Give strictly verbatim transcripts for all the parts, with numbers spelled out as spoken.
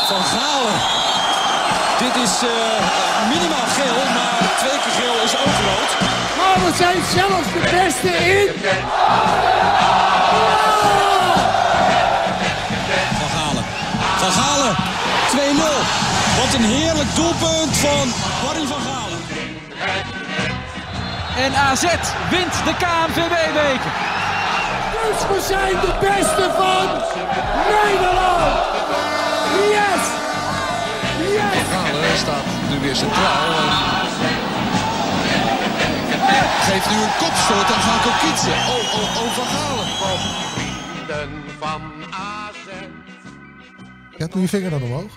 Van Galen. Dit is uh, minimaal geel, maar twee keer geel is ook rood. Maar we zijn zelfs de beste in. Van Galen. Van Galen. twee nul. Wat een heerlijk doelpunt van Barry van Galen. En A Z wint de K N V B-beker. Dus we zijn de beste van Nederland. Yes! Yes! Van Galen staat nu weer centraal. Geeft nu een kopstoot aan Van Kokitse. Oh, oh, oh, Van Galen. Vrienden van A Z. Ja, doe je vinger dan omhoog.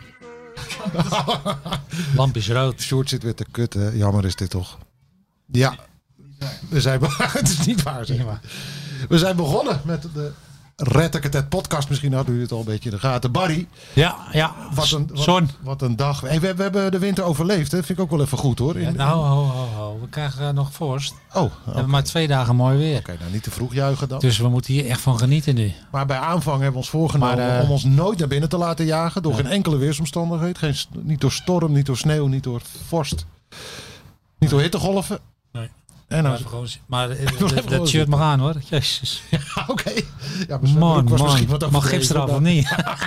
Lamp is rood. Sjoerd zit weer te kutten. Jammer is dit toch. Ja. We zijn be- het is niet waar, zeg maar. We zijn begonnen met de Red Ik Het podcast. Misschien hadden jullie het al een beetje in de gaten. Barry. Ja, ja. Wat een, wat, Zon. wat een dag. Hey, we, we hebben de winter overleefd. Hè? Vind ik ook wel even goed hoor. In, Ja, nou, ho, ho, ho. We krijgen uh, nog vorst. Oh, We okay. hebben maar twee dagen mooi weer. Oké, okay, nou niet te vroeg juichen dan. Dus we moeten hier echt van genieten nu. Maar bij aanvang hebben we ons voorgenomen Maar, uh, om ons nooit naar binnen te laten jagen. Door ja. geen enkele weersomstandigheid. Geen, niet door storm, niet door sneeuw, niet door vorst. Niet door hittegolven. Nee. En Maar, nou, gewoon, maar uh, blijven dat, gewoon dat shirt zitten. mag aan hoor. Jezus. ja, oké. Okay. Ja, maar Man, ik was man. misschien wat Mag gips eraf of niet?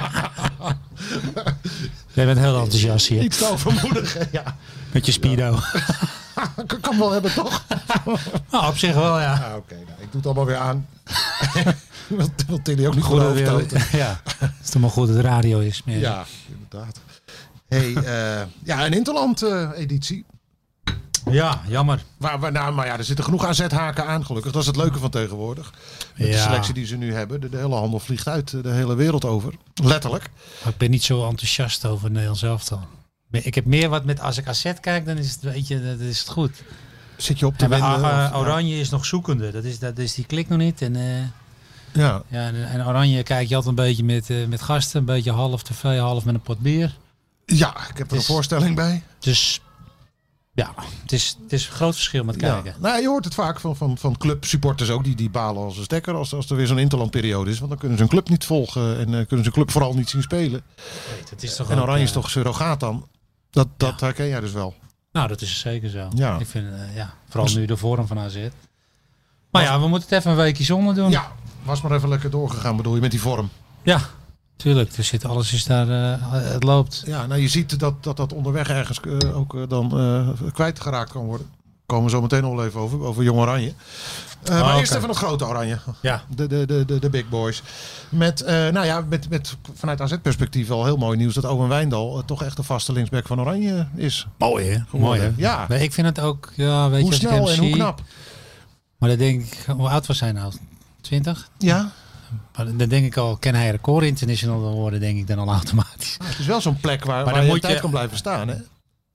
Jij bent heel enthousiast hier. Iets te overmoedigen, ja. Met je speedo. Ik kan wel hebben, toch? Nou, op zich wel, ja. Ah, oké, okay, nou, ik doe het allemaal weer aan. wil, wil Tilly ook niet Goed, goed dat overtoten. ja. Het is toch maar goed dat het radio is. Meer. Ja, inderdaad. Hey, uh, ja, een Interland-editie. Uh, ja, jammer. Waar, waar, nou, maar ja, er zitten genoeg A Z-haken aan, gelukkig. Dat is het leuke van tegenwoordig. Met ja. de selectie die ze nu hebben. De, de hele handel vliegt uit de hele wereld over. Letterlijk. Maar ik ben niet zo enthousiast over Nederlands elftal. Ik heb meer wat met, als ik A Z kijk, dan is het, weet je, dan is het goed. Zit je op te En bij winnen? uh, of, Oranje ja. is nog zoekende. Dat is, dat is die klik nog niet. En, uh, ja. Ja, en, en Oranje kijk je altijd een beetje met, uh, met gasten. Een beetje half tv, half met een pot bier. Ja, ik heb er dus, een voorstelling bij. Dus ja, het is, het is een groot verschil met kijken. Ja. Nou, je hoort het vaak van, van, van clubsupporters ook. Die, die balen als een stekker als, als er weer zo'n interlandperiode is. Want dan kunnen ze een club niet volgen. En uh, kunnen ze een club vooral niet zien spelen. Nee, dat is toch en Oranje ook, is toch surrogaat dan. Dat, dat ja. herken jij dus wel. Nou, dat is zeker zo. Ja. Ik vind, uh, ja, vooral nu de vorm van A Z. Maar was, ja, we moeten het even een weekje zonder doen. Ja, was maar even lekker doorgegaan bedoel je, met die vorm. Ja, tuurlijk. Er zit, alles is daar, uh, het loopt. Ja, nou je ziet dat dat, dat onderweg ergens uh, ook uh, dan uh, kwijtgeraakt kan worden. Komen we zo meteen nog wel even over, over Jong Oranje. Uh, oh, maar okay. Eerst even het grote Oranje. Ja. De, de, de, de, de big boys. Met, uh, nou ja, met, met vanuit A Z-perspectief wel heel mooi nieuws dat Owen Wijndal uh, toch echt de vaste linksback van Oranje is. Mooi hè? Mooi hè? Ja. Maar ik vind het ook, ja, weet hoe je, snel als ik en hem hoe zie, knap. Maar dan denk ik, hoe oud was hij nou? twintig? Ja. Maar dan denk ik al, kan hij record international worden, denk ik dan al automatisch. Nou, het is wel zo'n plek waar, maar waar je moet tijd je... kan blijven staan hè?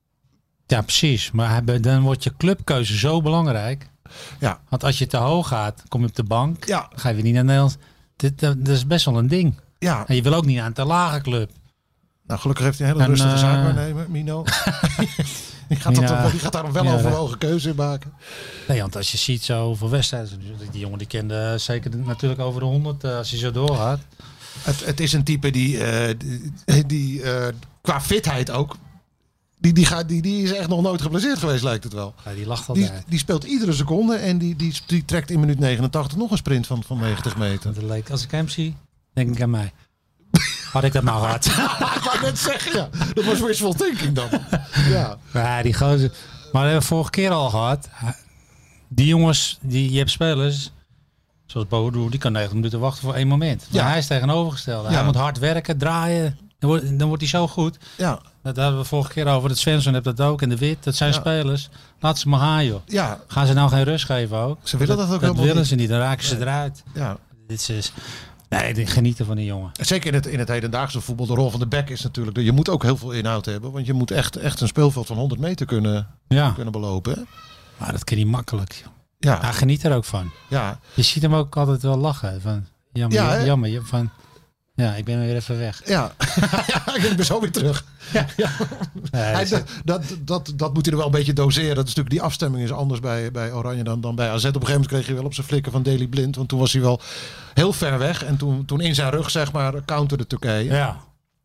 Ja, precies. Maar dan wordt je clubkeuze zo belangrijk. Ja. Want als je te hoog gaat, kom je op de bank. Ja. Dan ga je weer niet naar Nederland. Dit, dat is best wel een ding. Ja. En je wil ook niet aan een te lage club. Nou, gelukkig heeft hij een hele en, rustige uh, zaakwaarnemer, Mino. die, gaat Mina, dat, die gaat daar wel ja, overwogen keuze in maken. Nee, want als je ziet zo hoeveel wedstrijden. Die jongen die kende zeker natuurlijk over de honderd uh, als hij zo doorgaat. Het, het is een type die, uh, die, die uh, qua fitheid ook. Die, die, gaat, die, die is echt nog nooit geblesseerd geweest, lijkt het wel. Ja, die lacht altijd. Die, die speelt iedere seconde en die, die, die trekt in minuut negenentachtig nog een sprint van, van negentig meter. Dat leek, als ik hem zie, denk ik aan mij. Had ik dat nou gehad? Ik wou net zeggen, ja. Dat was wishful thinking dan. Ja. Ja, die gozer. Maar we hebben vorige keer al gehad. Die jongens, die je hebt spelers, zoals Bodo, die kan negentig minuten wachten voor één moment. Maar ja. Hij is tegenovergesteld. Ja. Hij moet hard werken, draaien. Dan wordt, dan wordt hij zo goed. Ja. Dat hadden we vorige keer over. Dat Svensson heeft dat ook. En de Wit, dat zijn ja. spelers. Laat ze maar gaan, joh. Ja. Gaan ze nou geen rust geven ook? Ze willen dat, dat ook dat helemaal willen niet. ze niet. Dan raken ze nee. eruit. Ja. Dit is... Nee, ik genieten van die jongen. Zeker in het, in het hedendaagse voetbal. De rol van de back is natuurlijk... Je moet ook heel veel inhoud hebben. Want je moet echt, echt een speelveld van honderd meter kunnen, ja. kunnen belopen. Hè? Maar dat kan niet makkelijk. Ja. Hij geniet er ook van. Ja. Je ziet hem ook altijd wel lachen. Van, jammer, ja, jammer. Van, ja, ik ben weer even weg. Ja, ja ik ben zo weer terug. Ja. Ja. Nee, hij, dat, dat, dat, dat moet hij er wel een beetje doseren. Dat is natuurlijk, die afstemming is anders bij, bij Oranje dan, dan bij A Z. Op een gegeven moment kreeg hij wel op zijn flikken van Daley Blind. Want toen was hij wel heel ver weg. En toen, toen in zijn rug, zeg maar, counterde Turkije. Ja.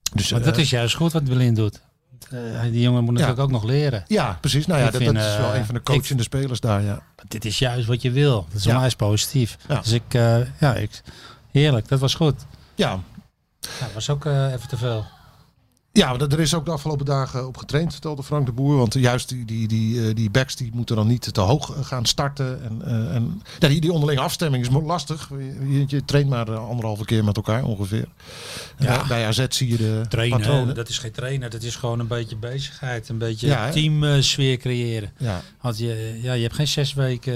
Dus, Maar uh, dat is juist goed wat Wilin doet. Uh, die jongen moet natuurlijk ja. ook nog leren. Ja, precies. Nou ja, Ik dat, vind, dat is wel uh, een van de coachende ik, spelers daar, ja. Dit is juist wat je wil. Dat is Ja. onwijs positief. Ja. Dus ik, uh, ja, ik, heerlijk. Dat was goed. Ja, Ja, dat was ook uh, even te veel. Ja, maar er is ook de afgelopen dagen op getraind, vertelde Frank de Boer. Want juist die, die, die, die backs die moeten dan niet te hoog gaan starten. En, uh, en ja, die, die onderlinge afstemming is lastig. Je, je traint maar anderhalve keer met elkaar ongeveer. Ja. Bij A Z zie je de trainen, patronen. Dat is geen trainen, dat is gewoon een beetje bezigheid. Een beetje Ja, teamsfeer uh, creëren. Ja. Want je, ja, je hebt geen zes weken...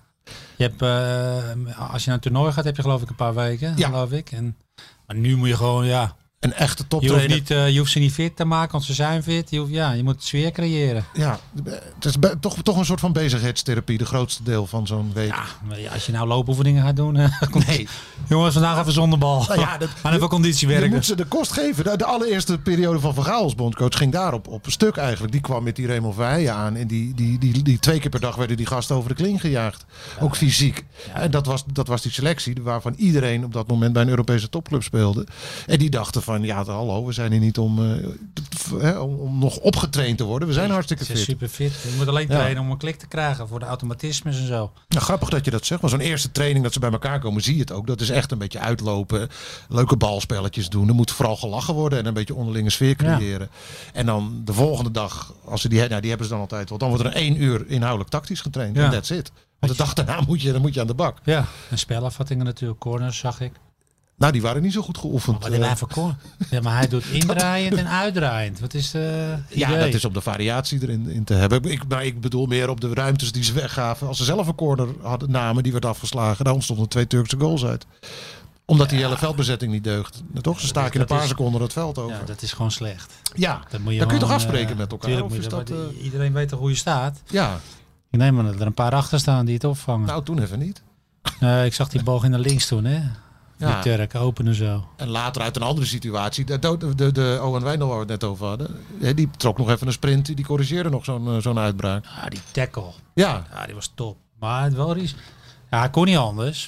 Je hebt, uh, als je naar een toernooi gaat, heb je geloof ik een paar weken. Ja. Geloof ik. En, maar nu moet je gewoon, ja... Een echte Je toptrainer. hoeft, niet, uh, je hoeft ze niet fit te maken, want ze zijn fit. Je, hoeft, ja, je moet sfeer creëren. Ja, het is be- toch, toch een soort van bezigheidstherapie, de grootste deel van zo'n week. Ja, maar ja, als je nou loopoefeningen gaat doen... Uh, nee. Jongens, vandaag even zonder bal. Nou ja, dat, maar even conditie werken. Je moet ze de kost geven. De, de allereerste periode van Van Gaal als bondscoach ging daarop op een stuk eigenlijk. Die kwam met die Raymond Verheijen aan. En die, die, die, die, die twee keer per dag werden die gasten over de kling gejaagd. Ja. Ook fysiek. Ja. En dat was, dat was die selectie waarvan iedereen op dat moment bij een Europese topclub speelde. En die dachten van, ja hallo, we zijn hier niet om, uh, hè, om, om nog opgetraind te worden. We zijn hartstikke fit. Super fit. Je moet alleen trainen ja. om een klik te krijgen voor de automatismes en zo. Nou, grappig dat je dat zegt. Maar zo'n eerste training dat ze bij elkaar komen, zie je het ook. Dat is echt een beetje uitlopen, leuke balspelletjes doen. Er moet vooral gelachen worden en een beetje onderlinge sfeer creëren. Ja. En dan de volgende dag, als ze die, nou, die hebben ze dan altijd wel. Dan wordt er één uur inhoudelijk tactisch getraind. En ja. that's it. Want de dag daarna moet je, dan moet je aan de bak. Ja, en spelafvattingen natuurlijk, corners zag ik. Nou, die waren niet zo goed geoefend. Maar, uh, voor ja, maar hij doet indraaiend en uitdraaiend. Wat is de Ja, idee? dat is om de variatie erin in te hebben. Ik, maar ik bedoel meer op de ruimtes die ze weggaven. Als ze zelf een corner hadden namen, die werd afgeslagen. Daar ontstonden twee Turkse goals uit. Omdat ja. die hele veldbezetting niet deugt. Toch? Ze staken in een paar is, seconden het veld over. Ja, dat is gewoon slecht. Ja, dat moet je dan kun je gewoon, toch afspreken uh, met elkaar? Of is je, dat, uh... iedereen weet toch hoe je staat? Ja. Ik neem aan dat er een paar achter staan die het opvangen. Nou, toen even niet. Uh, ik zag die boog in de links toen, hè? Die Ja. Turk openen zo. En later uit een andere situatie. De, de, de, de Owen Wijndal waar we het net over hadden. Die trok nog even een sprint. Die corrigeerde nog zo'n, zo'n uitbraak. Ah, die tackle. Ja. Ja, die was top. Maar het wel ries. Ja, hij kon niet anders.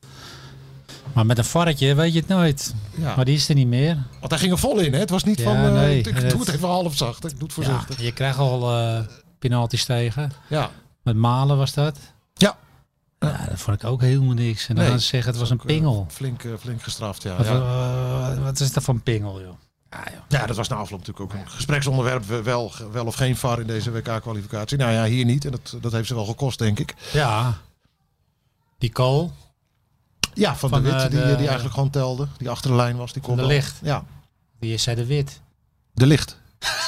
Maar met een varretje weet je het nooit. Ja. Maar die is er niet meer. Want hij ging er vol in. Hè? Het was niet Ja, van... Uh, nee, ik doe het- het even half zacht. Ik doe het voorzichtig. Ja, je krijgt al uh, penalties tegen. Ja. Met Malen was dat. Ja. Ja, dat vond ik ook helemaal niks. En dan Nee, gaan ze zeggen het was een Ook, uh, pingel. Flink, uh, flink gestraft, ja. Wat, Ja. uh, wat is dat voor een pingel, joh? Ja, joh. Ja, dat was na afloop natuurlijk ook een gespreksonderwerp. Wel, wel of geen V A R in deze W K-kwalificatie. Nou ja, hier niet. En dat, dat heeft ze wel gekost, denk ik. Ja. Die goal. Ja, van, Van, de Wit, uh, die, de- die eigenlijk gewoon telde. Die achter de lijn was. Die kon de wel. Ligt. Ja, Die is zij de wit. de licht.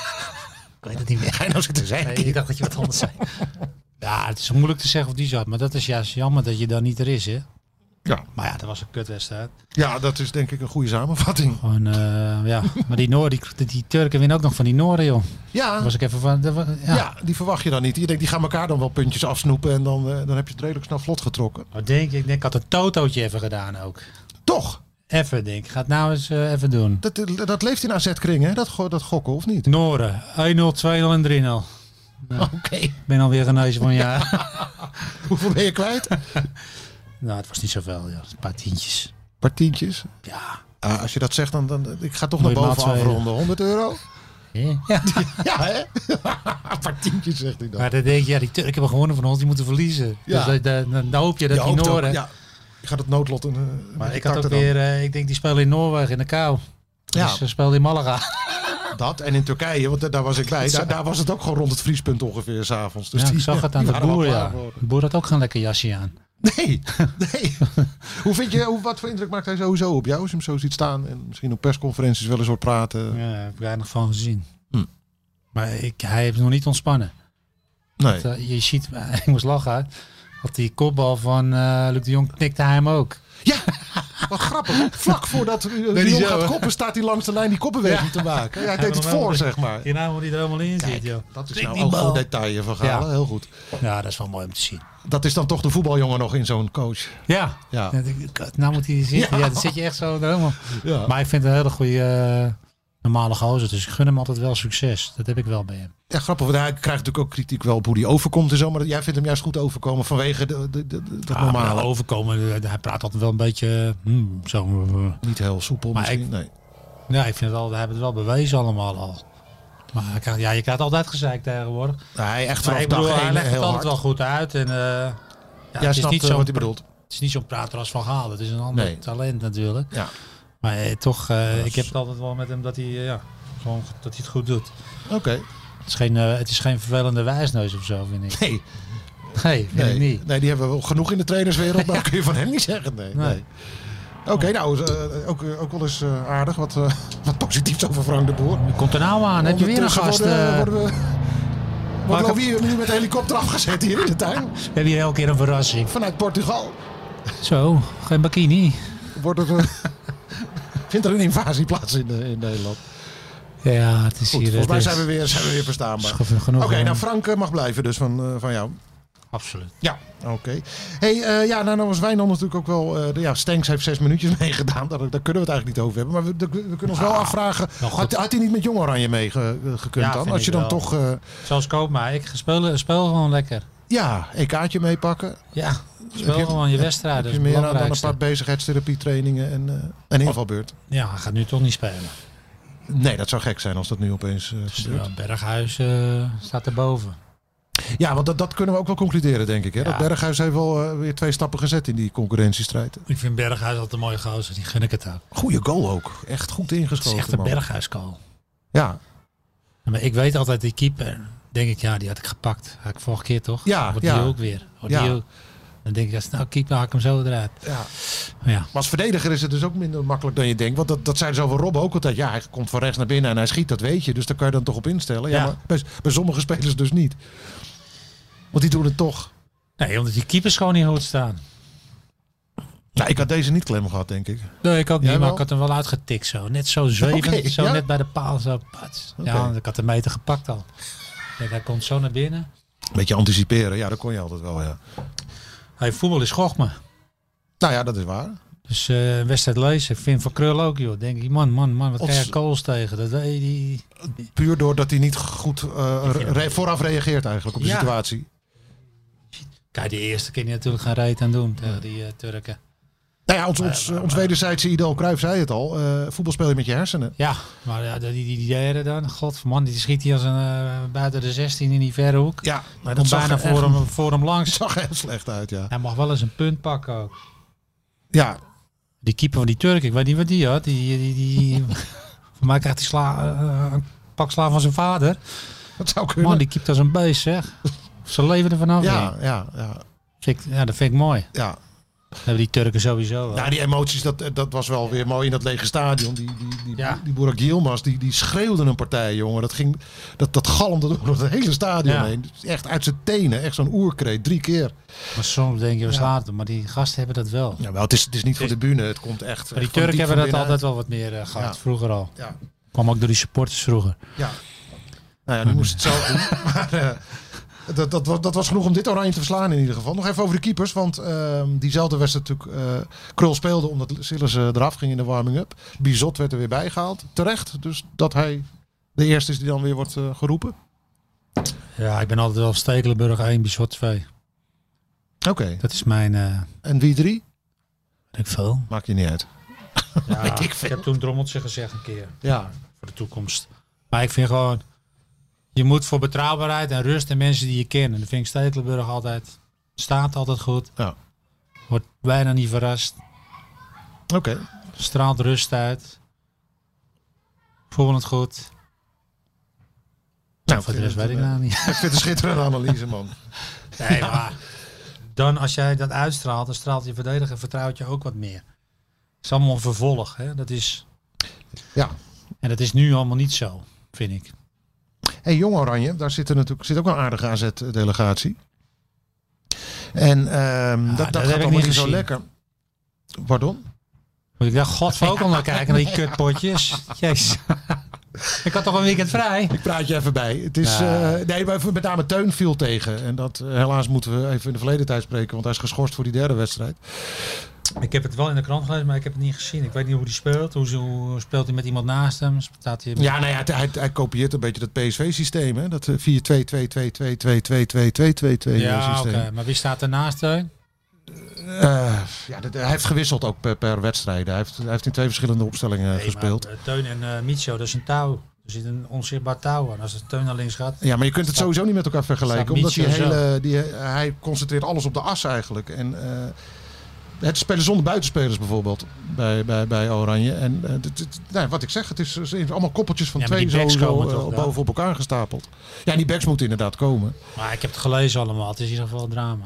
Ik weet het niet meer. Ga je nou zitten zeggen? Nee, ik dacht dat je wat anders zei. Ja, het is moeilijk te zeggen of die zat. Maar dat is juist jammer dat je dan niet er is, hè. Ja. Maar ja, dat was een kutwedstrijd. Ja, dat is denk ik een goede samenvatting. Gewoon, uh, ja. Maar die Noorden, die, die Turken winnen ook nog van die Noorden, joh. Ja, Daar was ik even van... dat was- ja. Ja. die verwacht je dan niet. Je denkt, die gaan elkaar dan wel puntjes afsnoepen. En dan, uh, dan heb je het redelijk snel vlot getrokken. Maar denk ik, ik denk, ik had een totootje even gedaan ook. Toch? Even, denk ik. Ga het nou eens uh, even doen. Dat, dat leeft in A Z-kring, hè? Dat, go- dat gokken, of niet? Noorden, één nul, twee nul en drie nul. Nou, Oké. Okay. ik ben alweer genezen van ja. Hoeveel ben je kwijt? Nou, het was niet zoveel, ja. Een paar tientjes. Een paar tientjes. Ja. Uh, als je dat zegt, dan, dan ik ga toch Moet naar je boven maat twee, afronden. honderd euro? Ja. Ja. Ja, hè? Een paar tientjes, zegt hij dan. Maar dan denk je, ja, die Turken hebben gewonnen van ons, die moeten verliezen. Ja. Dus dan, dan, dan hoop je dat Je die hoopt ook, Noorden... ja, je gaat het noodlot een, een Maar ik tarten had ook dan. weer, uh, ik denk die spelen in Noorwegen in de kou. Ja. Dus ze speelden in Malaga. Dat en in Turkije, want daar was ik bij. Daar, daar was het ook gewoon rond het vriespunt ongeveer s'avonds. Dus Ja, die, ik zag het aan die de waren boer, wel ja. klaar voor. De boer had ook geen lekker jasje aan. Nee, nee. Hoe vind je, hoe, wat voor indruk maakt hij sowieso op jou als je hem zo ziet staan en misschien op persconferenties wel eens hoort praten? Ja, daar heb ik weinig van gezien. Hm. Maar ik, hij heeft nog niet ontspannen. Nee. Dat, uh, je ziet, ik moest lachen. Want die kopbal van uh, Luc de Jong knikte hij hem ook. Ja, wat grappig. Vlak voordat uh, Nee, de die jongen zo, gaat hè? koppen, staat hij langs de lijn die kopbeweging te maken. Ja, hij deed het voor, zeg maar. Je naam hoe die er helemaal in Kijk, zit, joh. dat is Tik nou die ook bal. gewoon detail van Galen. Ja. Heel goed. Ja, dat is wel mooi om te zien. Dat is dan toch de voetbaljongen nog in zo'n coach. Ja. Ja. Ja, ik- nou moet hij zitten. Ja. Ja, dan zit je echt zo helemaal. Ja. Maar ik vind het een hele goede uh, normale gozer. Dus ik gun hem altijd wel succes. Dat heb ik wel bij hem. Ja, grappig. Want hij krijgt natuurlijk ook kritiek wel op hoe hij overkomt en zo. Maar jij vindt hem juist goed overkomen vanwege de, de, de, de, dat Ah, normale. maar overkomen. uh, Hij praat altijd wel een beetje hmm, zo. uh, Niet heel soepel Maar misschien. ik- nee. Ja, ik vind het wel, we hebben het wel bewezen allemaal al. Maar ik had- ja, je krijgt altijd gezeik tegenwoordig. hij echt Maar vanaf ik bedoel, dag hij één legt het heel altijd hard. wel goed uit. En, uh, ja, Ja, het, is snapt niet uh, zo'n wat hij pra- bedoelt. het is niet zo'n prater als Van Gaal. Het is een ander Nee. talent natuurlijk. Ja. Maar eh, toch, uh, ik heb het altijd wel met hem dat hij, uh, ja, gewoon, dat hij het goed doet. Oké. Het is geen, uh, het is geen vervelende wijsneus of zo, vind ik. Nee, Nee, vind nee. ik niet. nee, die hebben we wel genoeg in de trainerswereld. Maar dat kun je van hem niet zeggen. Nee. Nee. nee. Oké, nou, uh, ook, uh, ook wel eens uh, aardig. Wat, uh, wat positiefs over Frank de Boer. Komt er nou aan? Heb je weer een Ondertussen gast? Worden, uh, worden we, worden we ik alweer nu met de helikopter afgezet hier in de tuin. We hebben hier elke keer een verrassing. Vanuit Portugal. Zo, geen bikini. Wordt er, uh, vindt er een invasie plaats in, uh, in Nederland. Ja, het is Goed, hier... volgens mij het zijn is- we weer, zijn we weer verstaanbaar. is genoeg, Oké, uh, nou Frank uh, mag blijven dus van, uh, van jou. Absoluut. Ja, oké. Hey, uh, ja, nou, nou was Wijnald natuurlijk ook wel... Uh, de, ja, Stenks heeft zes minuutjes meegedaan. Daar, daar kunnen we het eigenlijk niet over hebben. Maar we, de- we kunnen ons wel Nou, afvragen... wel goed. Had, had hij niet met Jong Oranje meegekund Ja, dan? vind Als je ik dan wel. toch... Uh, Zoals Koopma, ik speel, speel gewoon lekker. ja, een kaartje meepakken. Ja, speel Heb je- gewoon je wedstrijd. Heb Dat je is het meer aan dan een belangrijkste. paar bezigheidstherapietrainingen en, uh, en invalbeurt? Ja, hij gaat nu toch niet spelen. Nee, dat zou gek zijn als dat nu opeens uh, Dus gebeurt. uh, Berghuis uh, staat erboven. Ja, want dat, dat kunnen we ook wel concluderen, denk ik. Hè? Ja. Dat Berghuis heeft wel uh, weer twee stappen gezet in die concurrentiestrijd. Ik vind Berghuis altijd een mooie gozer. Die gun ik het ook. Goeie goal ook. Echt goed Het ingeschoten. is echt een man. Berghuis-goal. Ja, Maar ik weet altijd, die keeper, denk ik, ja, die had ik gepakt. Had ik vorige keer toch? Ja, Wordt ja. die ook weer. Wordt Ja. die ook. Dan denk ik, als het nou keeper, haak ik hem zo eruit. ja. Maar ja, Maar als verdediger is het dus ook minder makkelijk dan je denkt. Want dat, dat zei dus over Rob ook altijd. Ja, hij komt van rechts naar binnen en hij schiet, dat weet je. Dus daar kan je dan toch op instellen. Ja, Ja. maar bij, bij sommige spelers dus niet. Want die doen het toch. nee, omdat die keepers gewoon niet goed staan. Nou, ik had deze niet klem gehad, denk ik. Nee, ik ook Jij niet, maar wel? ik had hem wel uitgetikt zo. Net zo zwevend, Oké, zo ja? net bij de paal, zo pats. Oké. Ja, ik had de meter gepakt al. Kijk, hij komt zo naar binnen. Beetje anticiperen, ja, dat kon je altijd wel, ja. Hey, voetbal is gochme. Nou ja, dat is waar. Dus eh, een wedstrijd lezen. Ik vind Van Krul ook, joh. Denk ik, man, man, man, wat Of- krijg je kools tegen? Dat weet je, die... Puur doordat hij niet goed uh, re- vooraf reageert eigenlijk op de Ja. situatie. Kijk, de eerste keer niet natuurlijk gaan reet aan doen tegen die uh, Turken. Nou ja, ons, ons, ons wederzijdse idool Cruijff zei het al. Uh, voetbal speel je met je hersenen. Ja, maar ja, die, die, die derde dan, god man, die schiet hij als een uh, buiten de zestien in die verre hoek. Ja, Hij dat komt zag bijna er voor echt- hem, voor hem Het langs. zag er heel slecht uit, ja. Hij mag wel eens een punt pakken ook. Ja, Die keeper van die Turk, ik weet niet wat die had. Die, die, die, voor mij krijgt hij sla, uh, een pak sla van zijn vader. dat zou kunnen. Man, die keept als een beest, zeg. Zijn leven er vanaf. ja, ja, ja, Vind ik, ja, dat vind ik mooi. ja. Dat hebben die Turken sowieso wel. Nou, die emoties, dat, dat was wel weer mooi in dat lege stadion. Die, die, die, Ja. die Burak Yilmaz, die, die schreeuwde een partij, jongen. Dat, ging, dat, dat galmde door het hele stadion Ja. heen. Echt uit zijn tenen. Echt zo'n oerkreet. Drie keer. Maar soms denk je, we Ja. slaan het. Maar die gasten hebben dat wel. Ja, wel, het, is, het is niet voor de bühne. Het komt echt. Maar die echt van Turken diep hebben van dat altijd binnenuit. wel wat meer uh, gehad. Ja. Vroeger al. Ja. Kwam ook door die supporters vroeger. Ja. Nou ja, nu moest het zelf doen. Maar uh, dat, dat, was, dat was genoeg om dit oranje te verslaan in ieder geval. Nog even over de keepers. Want uh, diezelfde wedstrijd natuurlijk... Uh, Krul speelde omdat Sillissen eraf ging in de warming-up. Bizot werd er weer bijgehaald. Terecht. Dus dat hij de eerste is die dan weer wordt uh, geroepen. Ja, ik ben altijd wel Stekelenburg één, Bizot twee. Oké. Okay. Dat is mijn... Uh, En wie drie? weet ik veel. Maakt je niet uit. Ja, Weet ik ik veel. heb toen Drommeltje gezegd een keer. Ja. Voor de toekomst. Maar ik vind gewoon... Je moet voor betrouwbaarheid en rust en mensen die je kennen. Dat vind ik Stekelenburg altijd... Staat altijd goed. Ja. Wordt bijna niet verrast. Oké. Okay. Straalt rust uit. Voelend goed. Nou, voor de rest weet ik nou niet. Ik vind het een schitterende analyse, man. Nee, maar dan als jij dat uitstraalt, dan straalt je verdediger, vertrouwt je ook wat meer. Het is allemaal een vervolg, hè? Dat is... Ja. En dat is nu allemaal niet zo, vind ik. Hey, Jong Oranje, daar zit er natuurlijk zit ook een aardige A Z-delegatie. En um, Ja, dat, dat dat heb gaat ik allemaal niet niet zo gezien. lekker. Pardon? Moet ik daar godver ook al naar kijken, naar die kutpotjes? Jezus. Ik had toch een weekend vrij? Ik praat je even bij. Het is, Ja. uh, nee, maar met name Teun viel tegen. En dat uh, helaas moeten we even in de verleden tijd spreken, want hij is geschorst voor die derde wedstrijd. Ik heb het wel in de krant gelezen, maar ik heb het niet gezien. Ik weet niet hoe hij speelt. Hoe, hoe speelt hij met iemand naast hem? Staat hij... Ja, nou ja, hij, hij, hij kopieert een beetje dat P S V-systeem, hè? Dat vier twee twee twee twee twee twee twee twee twee twee Ja, oké. systeem. Okay. Maar wie staat er naast hem? Uh, ja, de, de, hij heeft gewisseld ook per, per wedstrijd. Hij heeft, hij heeft in twee verschillende opstellingen nee, gespeeld. Maar, uh, Teun en uh, Micho, dat is een touw. Er zit een onzichtbaar touw aan. Als de Teun naar links gaat... Ja, maar je kunt het staat, sowieso niet met elkaar vergelijken. Omdat die hele, die, hij concentreert alles op de as eigenlijk. En uh, het spelen zonder buitenspelers bijvoorbeeld bij, bij, bij Oranje. En uh, dit, dit, nou, wat ik zeg, het is, het is allemaal koppeltjes van ja, twee zo, zo uh, toch, boven op elkaar gestapeld. Ja, en die backs moeten inderdaad komen. Maar ik heb het gelezen allemaal. Het is in ieder geval drama.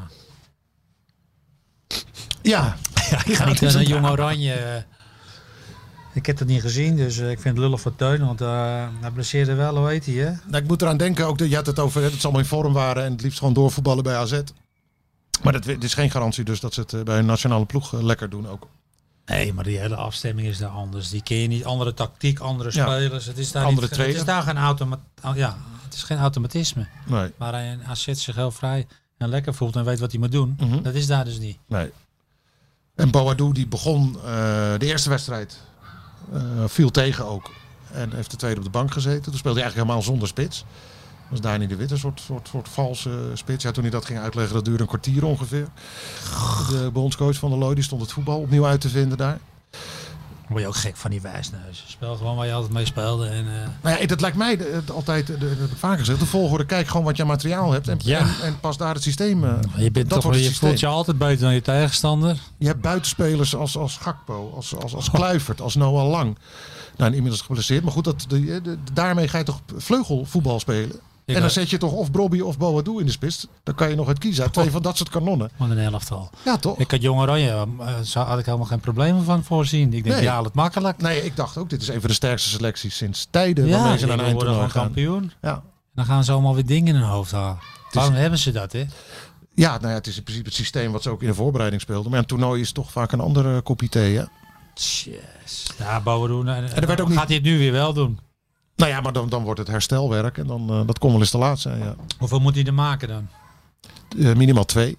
Ja. ja ik ga niet als een jong Oranje... Ik heb het niet gezien, dus ik vind het lullig voor Teun, want uh, hij blesseerde wel, hoe heet hij, hè? Nou, ik moet eraan denken, ook dat je had het over dat ze allemaal in vorm waren en het liefst gewoon doorvoetballen bij A Z. Maar dat is geen garantie dus dat ze het bij een nationale ploeg lekker doen ook. Nee, maar die hele afstemming is daar anders. Die ken je niet, andere tactiek, andere ja. spelers. Het is daar andere niet, het is daar geen automa- ja, het is geen automatisme. Nee. Waar hij in A Z zich heel vrij en lekker voelt en weet wat hij moet doen. Mm-hmm. Dat is daar dus niet. Nee. En Boadou die begon uh, de eerste wedstrijd. Uh, viel tegen ook. En heeft de tweede op de bank gezeten. Toen speelde hij eigenlijk helemaal zonder spits. Was Dani de Wit een soort, soort, soort valse spits. Ja, toen hij dat ging uitleggen, dat duurde een kwartier ongeveer. De bondscoach van der Looy, die stond het voetbal opnieuw uit te vinden daar. Word je ook gek van die wijsneus. Speel gewoon waar je altijd mee speelde. En, uh... nou ja, dat lijkt mij de, de, altijd, de, de, dat heb ik vaker gezegd, de volgorde. Kijk gewoon wat je materiaal hebt en, ja. en, en pas daar het systeem. Uh, je bent dat toch, je systeem. Voelt je altijd beter dan je tegenstander. Je hebt buitenspelers als, als Gakpo, als, als, als Kluivert, als Noah Lang. Nou, inmiddels geblesseerd. Maar goed, dat, de, de, de, daarmee ga je toch vleugelvoetbal spelen. Ik en dan zet je toch of Brobby of Boadou in de spits. Dan kan je nog het kiezen uit twee van dat soort kanonnen. Van een elftal. Ja, toch? Ik had Jong Oranje, uh, had ik helemaal geen problemen van voorzien. Ik denk, nee. ja, het makkelijk. Nee, ik dacht ook, dit is een van de sterkste selecties sinds tijden. Ja, waarmee ze naar een worden gewoon gaan. kampioen. Ja. En dan gaan ze allemaal weer dingen in hun hoofd halen. Is, Waarom hebben ze dat, hè? Ja, nou ja, het is in principe het systeem wat ze ook in de voorbereiding speelden. Maar een toernooi is toch vaak een andere kopie thee, hè? Yes. Ja, Boadou, en er werd ook niet... gaat hij het nu weer wel doen? Nou ja, maar dan, dan wordt het herstelwerk en dan, uh, dat kon wel eens te laat zijn. Ja. Hoeveel moet hij er maken dan? Uh, minimaal twee.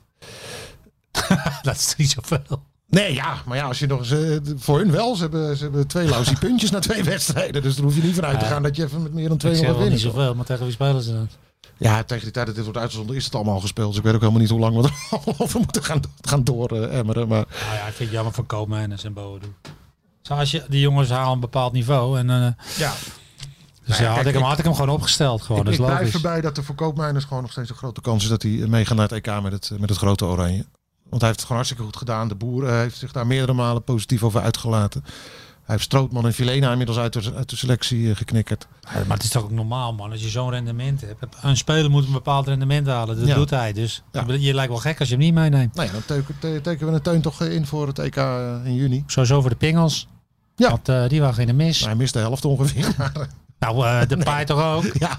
Dat is niet zoveel. Nee, ja, maar ja, als je nog eens, uh, voor hun wel, ze hebben, ze hebben twee lausie puntjes na twee wedstrijden. Dus daar hoef je niet vanuit te gaan dat je even met meer dan twee nog gaat winnen. Niet zoveel, maar tegen wie spelen ze dan? Ja, tegen die tijd dat dit wordt uitgezonden is het allemaal gespeeld. Dus ik weet ook helemaal niet hoe lang we er allemaal over moeten gaan, gaan dooremmeren. Maar... Nou ja, ik vind het jammer van Koopmeiners en Boadou. Zo, als je die jongens halen een bepaald niveau en... Uh, ja. Dus ja, had ik, hem, had ik hem gewoon opgesteld. Gewoon. Ik, dat is ik logisch. blijf erbij dat de verkoopmijners gewoon nog steeds een grote kans is dat hij meegaat naar het E K met het, met het grote Oranje. Want hij heeft het gewoon hartstikke goed gedaan. De Boer uh, heeft zich daar meerdere malen positief over uitgelaten. Hij heeft Strootman en Vilena inmiddels uit de, uit de selectie uh, geknikkerd. Ja, maar het is toch ook normaal, man. Als je zo'n rendement hebt. Een speler moet een bepaald rendement halen. Dat ja. doet hij. Dus ja. je lijkt wel gek als je hem niet meeneemt. Nee, dan tekenen teken we een Teun toch in voor het E K uh, in juni. Sowieso voor de Pingels. Ja. Want uh, die waren geen mis. Maar hij mist de helft ongeveer. Nou, uh, de nee. paai toch ook? Ja.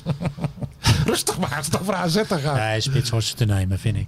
Rustig maar, het is toch voor A Z te gaan. Nee, spits was te nemen, vind ik.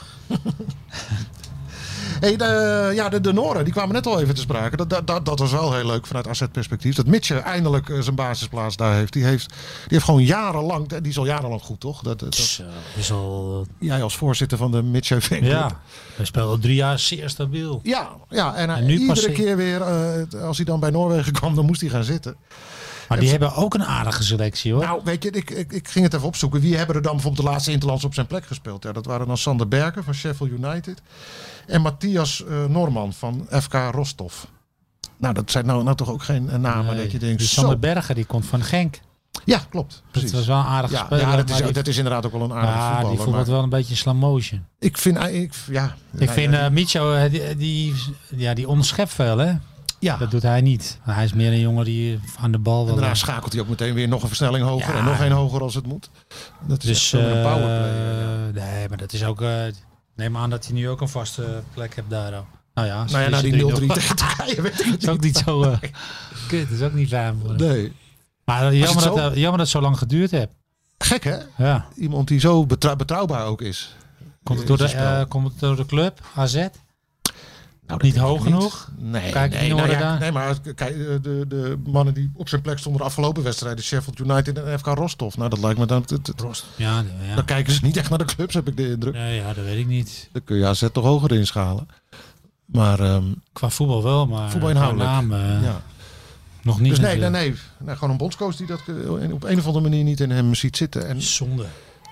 Hey, de, ja, de, de Noren, die kwamen net al even te sprake. Dat, dat, dat was wel heel leuk vanuit A Z-perspectief. Dat Mitje eindelijk uh, zijn basisplaats daar heeft. Die heeft, die heeft gewoon jarenlang, die is al jarenlang goed, toch? Dat, dat, Zo, is al... Jij als voorzitter van de Mitje Fanclub. Ja, hij speelde al drie jaar zeer stabiel. Ja, ja en, en nu iedere passie. keer weer, uh, als hij dan bij Noorwegen kwam, dan moest hij gaan zitten. Maar die hebben ook een aardige selectie, hoor. Nou, weet je, ik, ik, ik ging het even opzoeken. Wie hebben er dan bijvoorbeeld de laatste Interlands op zijn plek gespeeld? Ja, dat waren dan Sander Berken van Sheffield United. En Matthias uh, Norman van F K Rostov. Nou, dat zijn nou, nou toch ook geen uh, namen nee, dat je denkt... Die zo. Sander Bergen, die komt van Genk. Ja, klopt. Precies. Dat was wel een aardige ja, speler. Ja, dat is, die, dat is inderdaad ook wel een aardige ja, voetballer. die voetbalt maar... wel een beetje slow motion. Ik vind... Ik, ja, ik nou, vind ja, uh, Micho, die, die, ja, die onderschept veel, hè? Ja. Dat doet hij niet. Hij is meer een jongen die aan de bal wil. En daarna schakelt hij ook meteen weer nog een versnelling hoger ja. en nog een hoger als het moet. Dat is dus, echt uh, een powerplay. Ja. Nee, maar dat is ook... Uh, neem aan dat hij nu ook een vaste plek hebt daar. Ook. Nou ja, nou ja, nou die nul drie tegen Turkije weet ik het is ook niet zo... Uh, kut, dat is ook niet fijn voor hem. Nee. Maar jammer, zo... dat, uh, jammer dat het zo lang geduurd heeft. Gek, hè? Ja. Iemand die zo betrou- betrouwbaar ook is. Komt het door de, uh, komt het door de club, A Z? Nou, niet hoog genoeg? Nee, kijk nee, die nou ja, daar? nee, maar kijk, de, de mannen die op zijn plek stonden de afgelopen wedstrijden, Sheffield United en F K Rostov. Nou, dat lijkt me dan... Het, het, Rost, ja, ja. Dan kijken ze niet echt naar de clubs, heb ik de indruk. Nee, ja, dat weet ik niet. Dan kun je A Z toch hoger inschalen. Maar... Um, qua voetbal wel, maar... Voetbal inhoudelijk. Naam, uh, ja. Nog niet. Dus nee, nee, nee, nee. Gewoon een bondscoach die dat op een of andere manier niet in hem ziet zitten. En, zonde.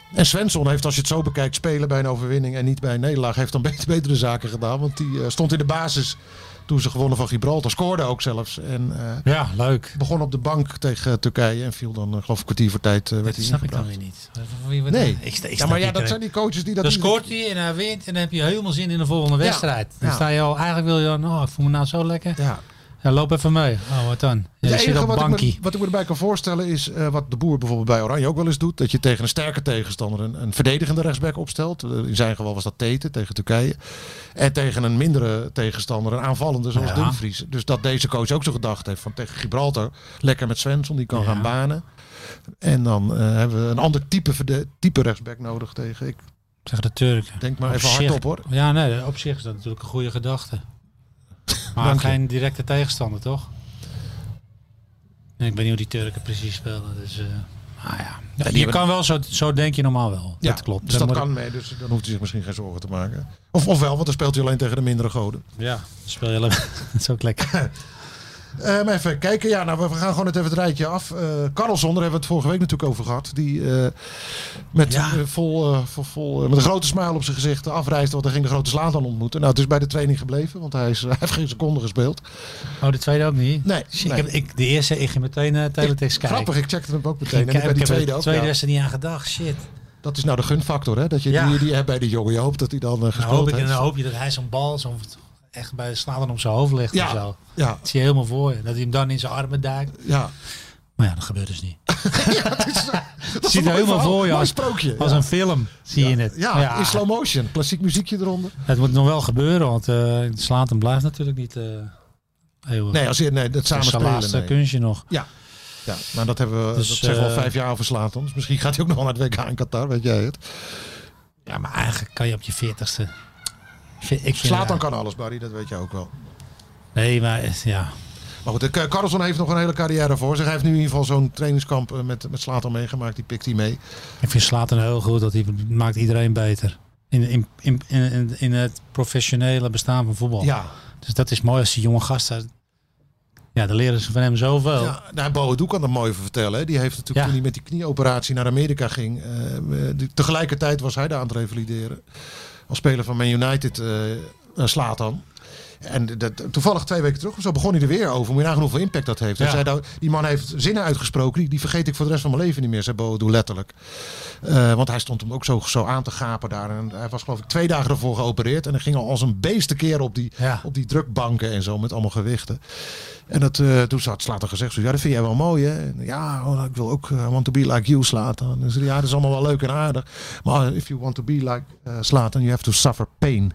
En Svensson heeft, als je het zo bekijkt, spelen bij een overwinning en niet bij een nederlaag, heeft dan beter, betere zaken gedaan. Want die uh, stond in de basis toen ze gewonnen van Gibraltar. Scoorde ook zelfs. En uh, ja, leuk. Begon op de bank tegen uh, Turkije en viel dan, uh, geloof ik, een kwartier voor tijd. Uh, werd dat hij snap ik dan weer niet. Wie, wat, nee. Ik sta, ik ja, maar ja, dat zijn die coaches die dat... Dan scoort hij en hij wint en dan heb je helemaal zin in de volgende wedstrijd. Ja. Dan ja. sta je al, eigenlijk wil je, nou, ik voel me nou zo lekker. Ja. Ja, loop even mee. Oh, wat dan? Ja, het enige wat ik, me, wat ik me erbij kan voorstellen is uh, wat de Boer bijvoorbeeld bij Oranje ook wel eens doet. Dat je tegen een sterke tegenstander een, een verdedigende rechtsback opstelt. Uh, in zijn geval was dat Tete tegen Turkije. En tegen een mindere tegenstander een aanvallende zoals ja. Dumfries. Dus dat deze coach ook zo gedacht heeft van tegen Gibraltar. Lekker met Svensson, die kan ja. gaan banen. En dan uh, hebben we een ander type, type rechtsback nodig tegen ik. Tegen de Turken. Denk maar op even zich, hard op hoor. Ja, nee, op zich is dat natuurlijk een goede gedachte. Maar geen directe tegenstander, toch? En ik weet niet hoe die Turken precies spelen. Dus, uh, nou ja. ja je kan wel, zo, zo denk je normaal wel. Ja, dat klopt. Dus dan dat kan mee, dus dan hoeft hij zich misschien geen zorgen te maken. Of, of wel, want dan speelt hij alleen tegen de mindere goden. Ja, dan speel je alleen. Dat is ook lekker. Uh, maar even kijken. Ja, nou, we gaan gewoon het even het rijtje af. Uh, Karlsson, daar hebben we het vorige week natuurlijk over gehad. Die uh, met, ja. uh, vol, uh, vol, vol, uh, met een grote smile op zijn gezicht afreisde. Want hij ging de grote Zlatan ontmoeten. Nou, het is bij de training gebleven. Want hij, is, hij heeft geen seconde gespeeld. Oh, de tweede ook niet? Nee. Ik nee. heb, ik, de eerste, ik ging meteen uh, teletext kijken. Grappig, ik checkte hem ook meteen. Ik, en ik bij die tweede de ook. tweede ja. is er niet aan gedacht. Shit. Dat is nou de gunfactor, hè? Dat je ja. die, die hebt bij de jongen. Je hoopt dat hij dan uh, gespeeld nou, hoop ik, heeft. En dan hoop je dat hij zo'n bal... Zo'n, echt bij de Zlatan op zijn hoofd ligt ja, of zo. Ja. Dat zie je helemaal voor je. Dat hij hem dan in zijn armen duikt. Ja. Maar ja, dat gebeurt dus niet. ja, dat is, dat zie je helemaal voor je. Als, sprookje, als ja. een film zie ja. je het. Ja, ja, in slow motion. Klassiek muziekje eronder. Het moet nog wel gebeuren, want uh, Zlatan blijft natuurlijk niet uh, eeuwig. Nee, als je, nee, dat samen spelen. Dat is zijn laatste nee. kunstje nog. Ja. Ja, maar dat hebben we, dus, dat zeggen we al uh, vijf jaar over Zlatan. Dus misschien gaat hij ook nog wel naar het W K in Qatar, weet jij het. Ja, maar eigenlijk kan je op je veertigste... Ik Zlatan kan alles, Barry, dat weet je ook wel. Nee, maar ja. Maar goed, Karlsson heeft nog een hele carrière voor zich. Hij heeft nu in ieder geval zo'n trainingskamp met, met Zlatan meegemaakt. Die pikt hij mee. Ik vind Zlatan heel goed. Dat hij maakt iedereen beter. In, in, in, in, in het professionele bestaan van voetbal. Ja. Dus dat is mooi als die jonge gasten... Ja, dan leren ze van hem zoveel. Ja, nou, Boadu kan dat mooi even vertellen. Hè. Die heeft natuurlijk ja. toen hij met die knieoperatie naar Amerika ging. Uh, die, tegelijkertijd was hij daar aan het revalideren. Als speler van Man United, uh, Zlatan. En dat, toevallig twee weken terug, zo begon hij er weer over. Moet je nagaan hoeveel impact dat heeft. Ja. Hij zei dat, die man heeft zinnen uitgesproken, die, die vergeet ik voor de rest van mijn leven niet meer, zei Boadu letterlijk. Uh, want hij stond hem ook zo, zo aan te gapen daar. En hij was geloof ik twee dagen ervoor geopereerd. En hij ging al als een beest te keer op die, ja. op die drukbanken en zo, met allemaal gewichten. En dat, uh, toen had Zlatan gezegd, zo, ja, dat vind jij wel mooi, hè? En, ja, oh, ik wil ook, uh, I want to be like you, Zlatan. Dus ja, dat is allemaal wel leuk en aardig. Maar if you want to be like uh, Zlatan, you have to suffer pain.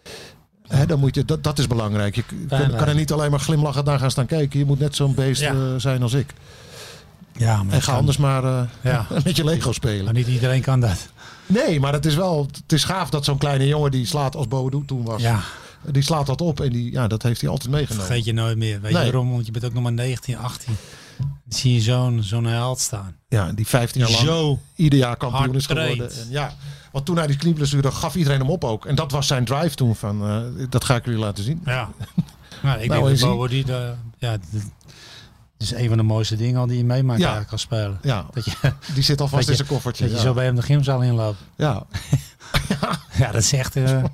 He, dan moet je, dat, dat is belangrijk. Je kan, kan er niet alleen maar glimlachend naar gaan staan kijken. Je moet net zo'n beest ja. uh, zijn als ik. Ja, maar en ga kan... anders maar uh, ja. met je Lego spelen. Maar niet iedereen kan dat. Nee, maar het is wel, het is gaaf dat zo'n kleine jongen die slaat als Boadu toen was. Ja. Die slaat dat op en die, ja, dat heeft hij altijd meegenomen. Vergeet je nooit meer. Weet nee. je waarom? Want je bent ook nog maar negentien, achttien. Dan zie je zo'n zo'n held staan. Ja, die vijftien jaar lang Zo ieder jaar kampioen is geworden. En ja, want toen hij die knieblessure gaf iedereen hem op ook. En dat was zijn drive toen van, uh, dat ga ik jullie laten zien. Ja. Nou, ik nou, denk dat Boadu die de, ja, de, is een van de mooiste dingen al die je meemaakt ja. eigenlijk als speler. Ja, dat je, die zit alvast je, in zijn koffertje. Dat ja. je zo bij hem de gymzaal inloopt. Ja. ja. ja, dat is echt... Uh,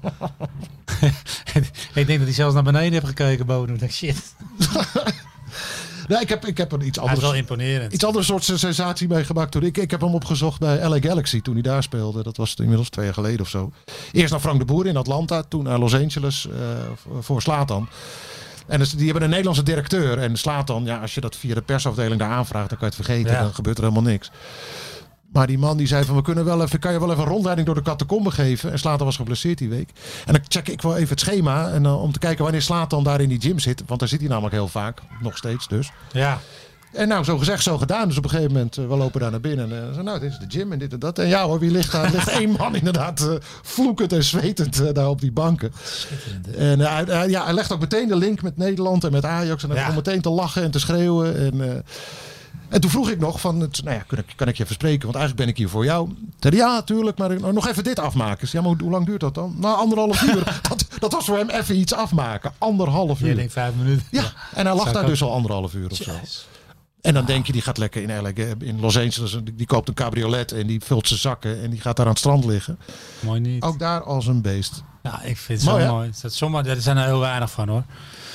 ik denk dat hij zelfs naar beneden heeft gekeken, Boadu. Ik denk, shit. Nee, ik heb, ik heb een iets anders. Hij is wel imponerend. Iets andere soort sensatie meegemaakt toen ik. Ik heb hem opgezocht bij L A Galaxy toen hij daar speelde. Dat was inmiddels twee jaar geleden of zo. Eerst naar Frank de Boer in Atlanta, toen naar Los Angeles uh, voor Zlatan. En dus, die hebben een Nederlandse directeur. En Zlatan, ja, als je dat via de persafdeling daar aanvraagt, dan kan je het vergeten. Ja. Dan gebeurt er helemaal niks. Maar die man die zei van, we kunnen wel even, kan je wel even een rondleiding door de catacombe geven. En Zlatan was geblesseerd die week. En dan check ik wel even het schema. En uh, om te kijken wanneer Zlatan daar in die gym zit. Want daar zit hij namelijk heel vaak. Nog steeds dus. Ja. En nou, zo gezegd, zo gedaan. Dus op een gegeven moment, uh, we lopen daar naar binnen. En uh, zo, nou, dit is de gym en dit en dat. En ja hoor, wie ligt daar? Er ligt één man inderdaad uh, vloekend en zwetend uh, daar op die banken. En uh, hij, ja, hij legt ook meteen de link met Nederland en met Ajax. En hij ja. begon meteen te lachen en te schreeuwen. En... Uh, En toen vroeg ik nog van, het, nou ja, kan ik, kan ik je even spreken? Want eigenlijk ben ik hier voor jou. Zei, ja, tuurlijk, maar nou, nog even dit afmaken. Ja, maar hoe, hoe lang duurt dat dan? Nou, anderhalf uur. dat, dat was voor hem even iets afmaken. Anderhalf uur. Je denkt vijf minuten. Ja, en hij lag daar dus al anderhalf uur of zo. En dan denk je, die gaat lekker in, L A, in Los Angeles. Die, die koopt een cabriolet en die vult zijn zakken. En die gaat daar aan het strand liggen. Mooi niet. Ook daar als een beest. Ja, ik vind het Mooi, zo hè? mooi. Dat zomaar, er zijn er heel weinig van hoor.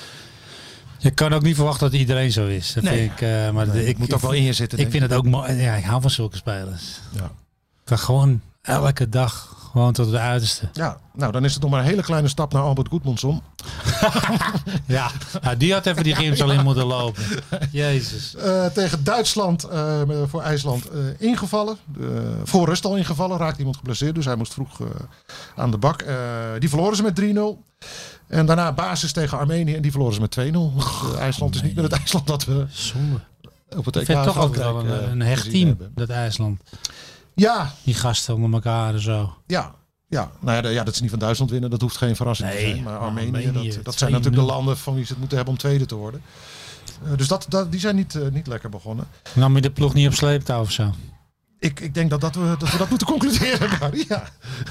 Je kan ook niet verwachten dat iedereen zo is. Dat Nee. vind ik, uh, maar Nee, de, ik moet ook wel in je zitten. Ik denk vind het ook mooi. Ja, ik hou van zulke spelers. Ja. Ik kan gewoon elke dag gewoon tot het uiterste. Ja, nou dan is het nog maar een hele kleine stap naar Albert Goedmundsson. Ja, nou, die had even die gyms al in moeten lopen. Jezus. Uh, tegen Duitsland uh, voor IJsland uh, ingevallen. Uh, voor rust al ingevallen. Raakte iemand geblesseerd. Dus hij moest vroeg uh, aan de bak. Uh, die verloren ze met drie nul. En daarna basis tegen Armenië. En die verloren ze met twee nul. Want uh, IJsland is niet meer het IJsland dat we Zonde. op het E Ik K vind het toch ook Frankrijk, wel een, uh, een hecht gezien team, hebben. dat IJsland. Ja, Die gasten onder elkaar en zo. ja. Ja, nou ja, de, ja, dat ze niet van Duitsland winnen, dat hoeft geen verrassing Nee, te zijn. Maar Armenië, Armenië, dat, dat zijn natuurlijk de twee nul. landen van wie ze het moeten hebben om tweede te worden. Uh, dus dat, dat, die zijn niet, uh, niet lekker begonnen. Nam je de ploeg niet op sleeptouw of zo? Ik, ik denk dat, dat, we, dat we dat moeten concluderen. Barry. Ja.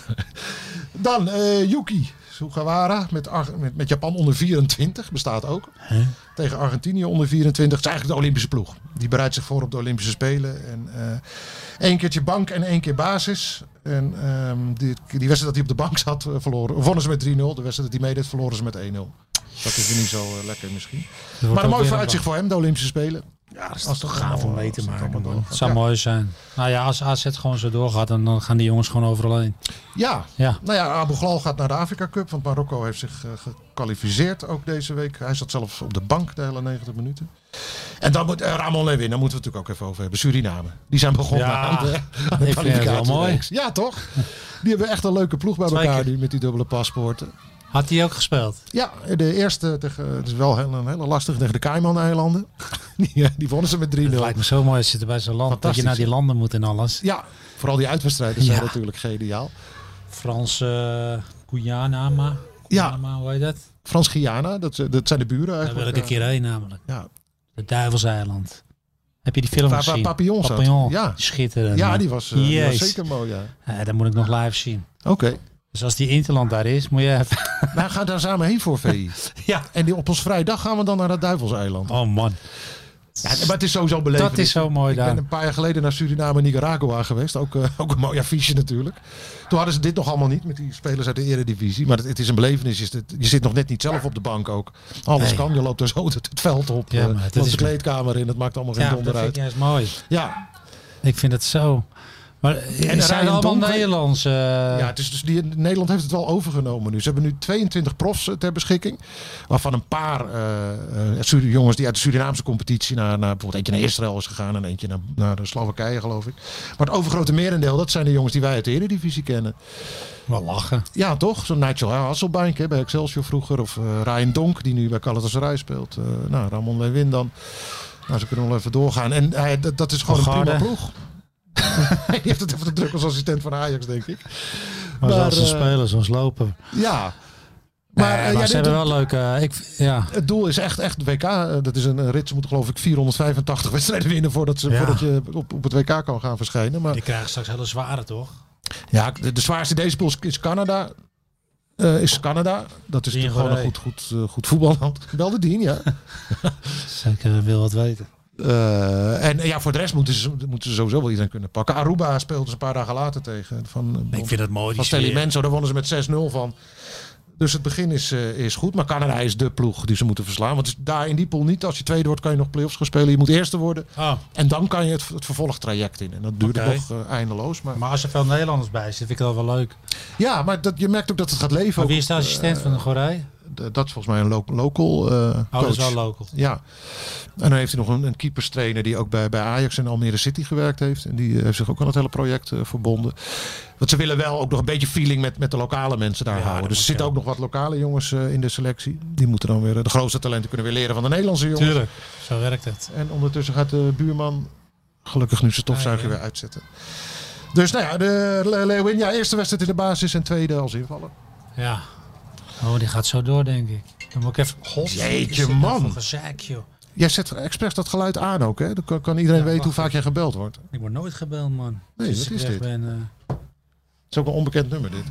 Dan uh, Yuki Sugawara met, Ar- met, met Japan onder vierentwintig, bestaat ook. Huh? Tegen Argentinië onder vierentwintig. Het is eigenlijk de Olympische ploeg. Die bereidt zich voor op de Olympische Spelen. En uh, één keertje bank en één keer basis. En um, die, die wedstrijd dat hij op de bank zat, uh, verloren. Wonnen ze met drie nul. De wedstrijd dat hij meedeed, verloren ze met één nul. Dat is weer niet zo uh, lekker misschien. Maar een mooi vooruitzicht voor hem, de Olympische Spelen. Ja, dat is Als toch dat gaaf om allemaal- mee te als dat maken. allemaal man. doorgaat. Het zou Ja. mooi zijn. Nou ja, als A Z gewoon zo doorgaat, dan, dan gaan die jongens gewoon overal heen. Ja, Ja. nou ja, Abu Ghlal gaat naar de Afrika Cup. Want Marokko heeft zich uh, gekwalificeerd ook deze week. Hij zat zelfs op de bank de hele negentig minuten. En dan moet uh, Ramon Lewin, daar moeten we het natuurlijk ook even over hebben. Suriname. Die zijn begonnen Ja, aan de, aan de ik vind het wel kwalificatiereeks. mooi. Ja, toch? Die hebben echt een leuke ploeg bij Twee elkaar keer. nu met die dubbele paspoorten. Had hij ook gespeeld? Ja, de eerste tegen, het is wel heel, een hele lastige tegen de Cayman-eilanden. Die, die wonnen ze met drie Het nul. lijkt me zo mooi als je zit bij zo'n land. Dat je Fantastisch. naar die landen moet en alles. Ja, vooral die uitwedstrijden zijn Ja. natuurlijk geniaal. Frans uh, Guyanama. Ja. Guyanama, hoe heet dat? Frans-Guyana, dat, dat zijn de buren Daar eigenlijk. wil ik een keer heen namelijk. Ja. Het Duivelseiland. Heb je die film Pa- pa- gezien? Papillon zat. Papillon. Ja. Schitterend. Ja, man. die was, uh, die was Jezus. zeker mooi, ja. Ja, dat moet ik nog live zien. Oké. Dus als die Interland daar is, moet je even... Wij gaan daar samen heen voor V I. Ja. En die, op ons vrijdag gaan we dan naar dat Duivelseiland. Oh man. Ja, maar het is sowieso beleefd. Dat is zo mooi Ik daar. ben een paar jaar geleden naar Suriname en Nicaragua geweest. Ook, uh, ook een mooi affiche natuurlijk. Toen hadden ze dit nog allemaal niet met die spelers uit de eredivisie. Maar het, het is een belevenis. Je zit, je zit nog net niet zelf op de bank ook. Alles Nee. kan. Je loopt er zo het, het veld op. Ja, Ja, maar uh, het de is- kleedkamer in. Het maakt allemaal geen Ja, donder dat vind uit. ik juist mooi. Ja. Ik vind het zo... Maar en er er zijn rijden allemaal donker- Nederlands. uh, Ja, het is dus die, Nederland heeft het wel overgenomen nu. Ze hebben nu tweeëntwintig profs eh, ter beschikking. Waarvan een paar uh, uh, Suri- jongens die uit de Surinaamse competitie naar, naar bijvoorbeeld eentje naar Israël is gegaan en eentje naar, naar de Slowakije, geloof ik. Maar het overgrote merendeel, dat zijn de jongens die wij uit de Eredivisie kennen. Wel lachen. Ja, toch? Zo'n Nigel Hasselbank hè, bij Excelsior vroeger. Of uh, Ryan Donk, die nu bij Galatasaray speelt. Uh, nou, Ramon Lewin dan. Nou, ze kunnen wel even doorgaan. En uh, dat, dat is gewoon een Garde. prima ploeg. Hij heeft het even te druk als assistent van Ajax, denk ik. Maar Maar, zoals ze eh, spelen, zoals lopen. Ja. Maar, Maar, maar uh, ja, ze dit- hebben wel leuke... Uh, ik, ja. Het doel is echt, echt het W K. Uh, dat is een, een rit. Ze moeten geloof ik vierhonderdvijfentachtig wedstrijden winnen voordat, ze, Ja. voordat je op, op het W K kan gaan verschijnen. Maar Die krijgen straks hele zware, toch? ja, de, de zwaarste deze pool is, is Canada. Uh, is Canada. Dat is Dien natuurlijk gewoon een Goree. goed, goed, uh, goed voetballand. Wel de Dien, ja. Zeker wil wat weten. Uh, en ja, voor de rest moeten ze, moeten ze sowieso wel iedereen kunnen pakken. Aruba speelde ze een paar dagen later tegen. Van, Ik vind het mooi, die van sfeer. Stelimenso, daar wonnen ze met zes nul van. Dus het begin is, uh, is goed. Maar Canada is de ploeg die ze moeten verslaan. Want het is daar in die pool niet. Als je tweede wordt, kan je nog play-offs gaan spelen. Je moet eerste worden. Oh, En dan kan je het, het vervolgtraject in. En dat duurt Oké. nog uh, eindeloos. Maar, maar als er veel Nederlanders bij zitten, vind ik dat wel leuk. ja, maar dat, je merkt ook dat het gaat leven. Maar wie ook, is de assistent uh, van de Gorij? d- dat is volgens mij een lo- local uh, Oh, coach. dat is wel local. Ja. En dan heeft hij nog een, een keeperstrainer die ook bij, bij Ajax en Almere City gewerkt heeft. En die uh, heeft zich ook aan het hele project uh, verbonden. Want ze willen wel ook nog een beetje feeling met, met de lokale mensen daar Ja, houden. dat Dus er moet zitten je ook nog wat lokale jongens uh, in de selectie. Die moeten dan weer, uh, de grootste talenten kunnen weer leren van de Nederlandse jongens. Tuurlijk, zo werkt het. En ondertussen gaat de buurman gelukkig nu zijn stofzuiger Ah, ja. weer uitzetten. Dus nou ja, de Le- Leeuwin, ja, eerste wedstrijd in de basis en tweede als invaller. Ja. Oh, die gaat zo door, denk ik. Dan moet ik even... God, Jeetje, man. Gezeik, joh. Jij zet expres dat geluid aan ook, hè? Dan kan, kan iedereen Ja, weten hoe wacht vaak jij gebeld wordt. Ik word nooit gebeld, man. Nee, Sinds wat ik is weg dit? Ben, uh, Het is ook een onbekend nummer, dit.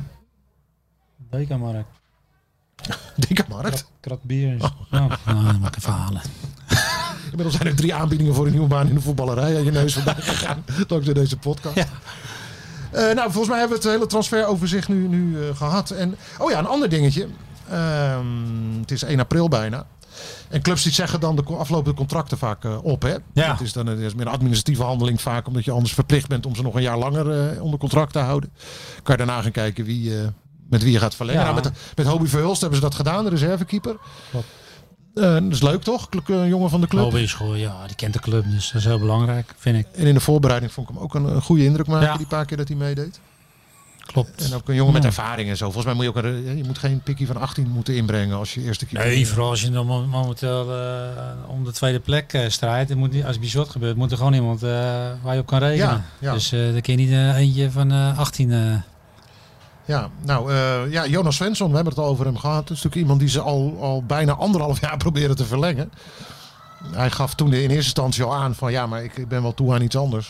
Dekamarkt. Dekamarkt. Krat, krat bier. Oh. Nou, dan moet ik even halen. Inmiddels zijn er drie aanbiedingen voor een nieuwe baan in de voetballerij aan je neus voorbij gegaan. Dankzij deze podcast. Ja. Uh, nou, volgens mij hebben we het hele transferoverzicht nu, nu uh, gehad. En, oh ja, een ander dingetje. Uh, het is één april bijna. En clubs die zeggen dan de aflopende contracten vaak uh, op. Hè? Ja. Dat is dan dat is meer een administratieve handeling vaak. Omdat je anders verplicht bent om ze nog een jaar langer uh, onder contract te houden. Kan je daarna gaan kijken wie, uh, met wie je gaat verlengen. Ja. Nou, met, met Hobie Verhulst hebben ze dat gedaan. De reservekeeper. Klopt. Uh, dat is leuk toch? Een jongen van de club. Hobie is gewoon, ja, die kent de club. Dus dat is heel belangrijk, vind ik. En in de voorbereiding vond ik hem ook een, een goede indruk maken. Ja. Die paar keer dat hij meedeed. Klopt. En ook een jongen met Ja. ervaring en zo. Volgens mij moet je ook een, je moet geen pikkie van achttien moeten inbrengen als je eerste keer. Nee, vooral als je dan mo- momenteel uh, om de tweede plek uh, strijdt. Het moet niet, als het bizot gebeurt, moet er gewoon iemand uh, waar je op kan rekenen. Ja, ja. Dus uh, dan kun je niet uh, eentje van uh, achttien... Uh, Ja, nou uh, ja, Jonas Svensson, we hebben het al over hem gehad. Het is natuurlijk iemand die ze al, al bijna anderhalf jaar proberen te verlengen. Hij gaf toen in eerste instantie al aan van ja, maar ik, ik ben wel toe aan iets anders.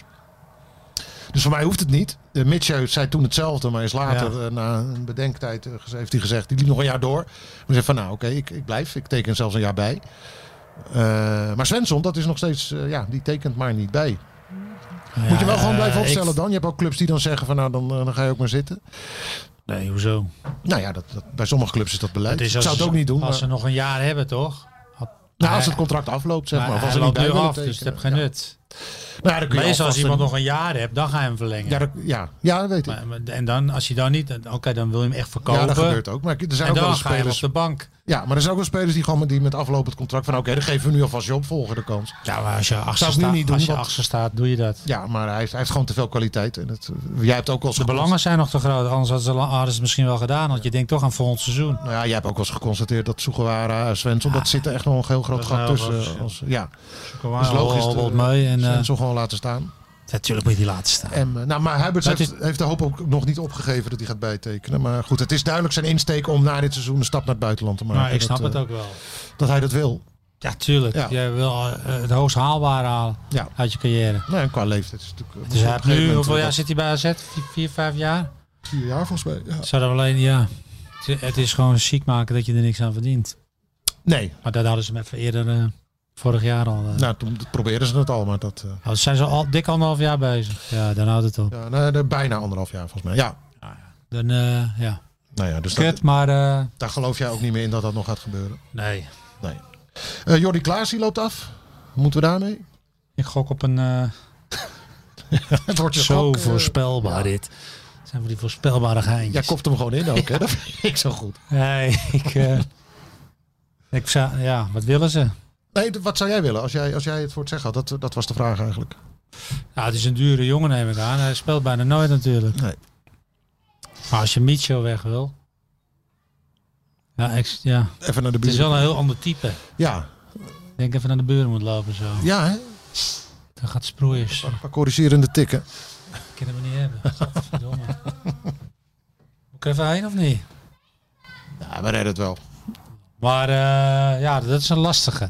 Dus voor mij hoeft het niet. Uh, Mitchell zei toen hetzelfde, maar is later ja. uh, na een bedenktijd uh, heeft hij gezegd, die liep nog een jaar door. Maar zei van nou oké, okay, ik, ik blijf, ik teken zelfs een jaar bij. Uh, maar Svensson, dat is nog steeds, uh, ja, die tekent maar niet bij. Ja, moet je wel gewoon blijven opstellen ik... dan? Je hebt ook clubs die dan zeggen van nou dan, dan ga je ook maar zitten. Nee, hoezo? Nou ja, dat, dat, bij sommige clubs is dat beleid. Het is ik zou het ook niet doen. Als maar... ze nog een jaar hebben, toch? Nou, als het contract afloopt, zeg maar. maar. Of als hij loopt nu af, tekenen, dus het heeft geen ja. nut. Nou, ja, meestal als iemand nog een jaar hebt, dan ga je hem verlengen. Ja, dat, ja, ja, dat weet ik. Maar, maar, en dan, als je dan niet, oké, okay, dan wil je hem echt verkopen. Ja, dat gebeurt ook. Maar er zijn en ook dan wel ga je spelers op de bank. Ja, maar er zijn ook wel spelers die gewoon met, die met aflopend contract van oké, okay, dan geven we nu alvast je opvolger de kans. Ja, maar als je achter, sta, niet doen, als je want, achter staat, doe je dat. Ja, maar hij heeft, hij heeft gewoon te veel kwaliteit. En het, jij hebt ook wel eens de belangen zijn nog te groot, anders hadden ze, hadden ze het misschien wel gedaan. Want je denkt toch aan volgend seizoen. Nou ja, jij hebt ook wel eens geconstateerd dat Sugawara, Svensson, ja, dat zit er echt nog een heel groot gat tussen. Als, ja, dat is logisch. Uh, mee en, Svensson uh, gewoon laten staan. Natuurlijk moet je die laten staan. En, nou, maar Huiberts heeft, is... heeft de hoop ook nog niet opgegeven dat hij gaat bijtekenen. Maar goed, het is duidelijk zijn insteek om na dit seizoen een stap naar het buitenland te maken. Nou, ik snap dat, het ook wel. Dat hij dat wil. Ja, tuurlijk. Ja. Jij wil uh, het hoogst haalbare halen ja. uit je carrière. Nou, en qua leeftijd is het natuurlijk... Dus hij heeft nu, hoeveel jaar zit hij bij A Z? Vier, vier, vijf jaar? Vier jaar volgens mij, ja. Zou dat alleen, ja. Het is gewoon ziek maken dat je er niks aan verdient. Nee. Maar dat hadden ze hem even eerder... Uh, Vorig jaar al. Uh. Nou, toen probeerden ze het al, maar dat... Uh... Oh, zijn ze al dik anderhalf jaar bezig? Ja, dan houdt het op. Ja, nou, bijna anderhalf jaar volgens mij, ja. Ah, ja. Dan, uh, ja. Nou ja, dus Kut, dat, maar... Uh... Daar geloof jij ook niet meer in dat dat nog gaat gebeuren? Nee. Nee. Uh, Jordi Klaas, die loopt af. Hoe moeten we daarmee? Ik gok op een... Uh... het wordt je Zo gok, voorspelbaar uh... dit. Dat zijn voor die voorspelbare geintjes. Jij kopt hem gewoon in ook, hè? Dat vind ik zo goed. Nee, ik... Uh... ik zou... Ja, wat willen ze? Nee, wat zou jij willen als jij, als jij het voor het zeggen had? Dat, dat was de vraag eigenlijk. Ja, het is een dure jongen neem ik aan. Hij speelt bijna nooit natuurlijk. Nee. Maar als je Micho weg wil... Ja, ik, ja. Even naar de buren. Het is wel een heel ander type. Ja. Ik denk even naar de buren moet lopen zo. Ja, hè? Dan gaat sproeien. Een paar corrigerende tikken. Dat kunnen we niet hebben. Verdomme. Moet ik er even heen of niet? Ja, we redden het wel. Maar uh, ja, dat is een lastige.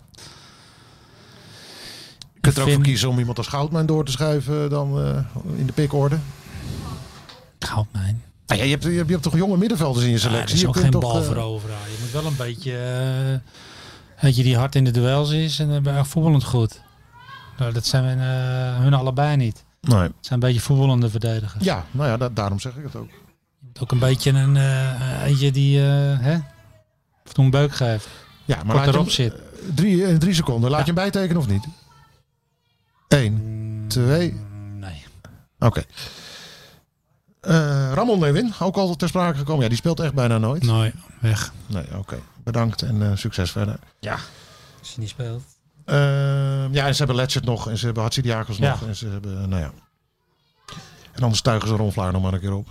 Je kunt er ook vind... voor kiezen om iemand als Goudmijn door te schuiven dan uh, in de pikorde. Goudmijn? Ah, ja, je, hebt, je, hebt, je hebt toch jonge middenvelders in je selectie? Ja, er is ook je geen toch, bal uh... veroveren. Je moet wel een beetje... Uh, weet je, die hard in de duels is en uh, voetballend goed. Nou, dat zijn uh, hun allebei niet. Nee. Het zijn een beetje voetballende verdedigers. Ja, nou ja, da- daarom zeg ik het ook. Je moet ook een beetje een uh, eentje die... Uh, hè? Of toen een beuk geeft. Ja, maar laat erop hem, zit. Drie, in drie seconden. Laat ja. je hem bijtekenen of niet? Eén, mm, twee. Nee. Oké. Okay. Uh, Ramon Lewin, ook al ter sprake gekomen. Ja, die speelt echt bijna nooit. Nee, weg. Nee, oké. Okay. Bedankt en uh, succes verder. Ja, als je niet speelt. Uh, ja, en ze hebben Letchert nog en ze hebben Hatsidiakos nog. Ja. En ze hebben, uh, nou ja. En anders tuigen ze Ron Vlaar nog maar een keer op.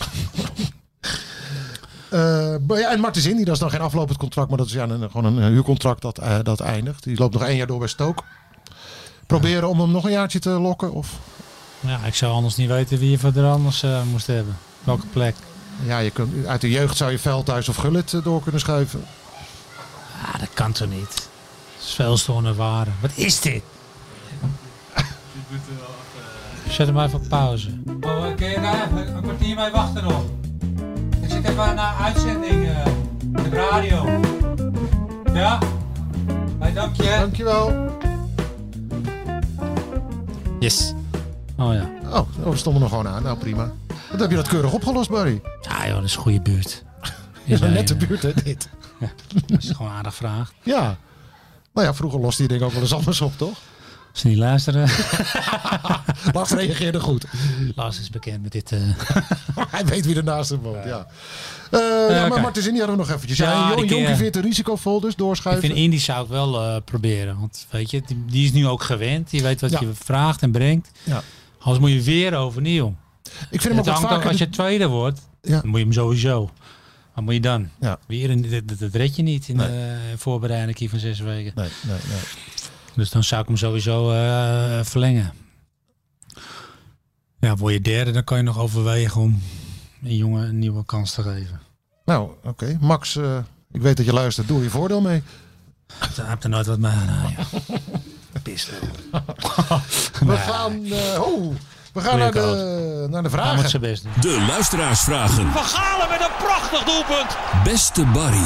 Uh, ja, en Martens Indy, dat is dan geen aflopend contract, maar dat is ja, een, gewoon een huurcontract dat, uh, dat eindigt. Die loopt nog één jaar door bij Stoke. Proberen ja. om hem nog een jaartje te lokken? Of? Ja, ik zou anders niet weten wie je voor er anders uh, moest hebben. Welke plek? Ja, je kunt, uit de jeugd zou je Veldhuis of Gullit uh, door kunnen schuiven. Ah, dat kan toch niet? Dat is veel te onervaren. Wat is dit? Zet hem even op pauze. Oh, kun je nou even een kwartier mee wachten nog? Ik zit even naar uitzending uh, de radio. Ja? Hey, dank je. Dankjewel. Yes. Oh ja. Oh, we stonden nog gewoon aan. Nou, prima. Dan heb je dat keurig opgelost, Barry. Ja joh, dat is een goede buurt. Is een nette buurt, hè, dit. Ja, dat is gewoon aardig vraag. Ja. Nou ja, vroeger loste je dingen ook wel eens anders op, toch? Als ze niet luisteren. Lars reageerde goed. Lars is bekend met dit. Uh... Hij weet wie ernaast hem woont, ja. Uh, uh, ja, maar okay. Martens Indy hadden we nog eventjes. Ja, Ja, Jonkie keer... vindt het risicovol, dus doorschuiven. Ik vind Indy zou ik wel uh, proberen. Want weet je, die, die is nu ook gewend. Die weet wat ja. je vraagt en brengt. Ja. Anders moet je weer overnieuw. Ik vind hem ook wat vaker... Ook als je tweede wordt, ja. dan moet je hem sowieso. Wat moet je dan? Ja. Weer een, dat, dat red je niet in nee. de voorbereiding van zes weken. Nee, nee, nee. Dus dan zou ik hem sowieso uh, verlengen. Ja, word je derde, dan kan je nog overwegen om een jongen een nieuwe kans te geven. Nou, oké. Okay. Max, uh, ik weet dat je luistert. Doe je voordeel mee. Daar heb je nooit wat mee aan. Pist. We gaan... Uh, oh, we gaan naar de, naar de vragen. Zijn best doen. De luisteraarsvragen. Van Galen met een prachtig doelpunt. Beste Barry.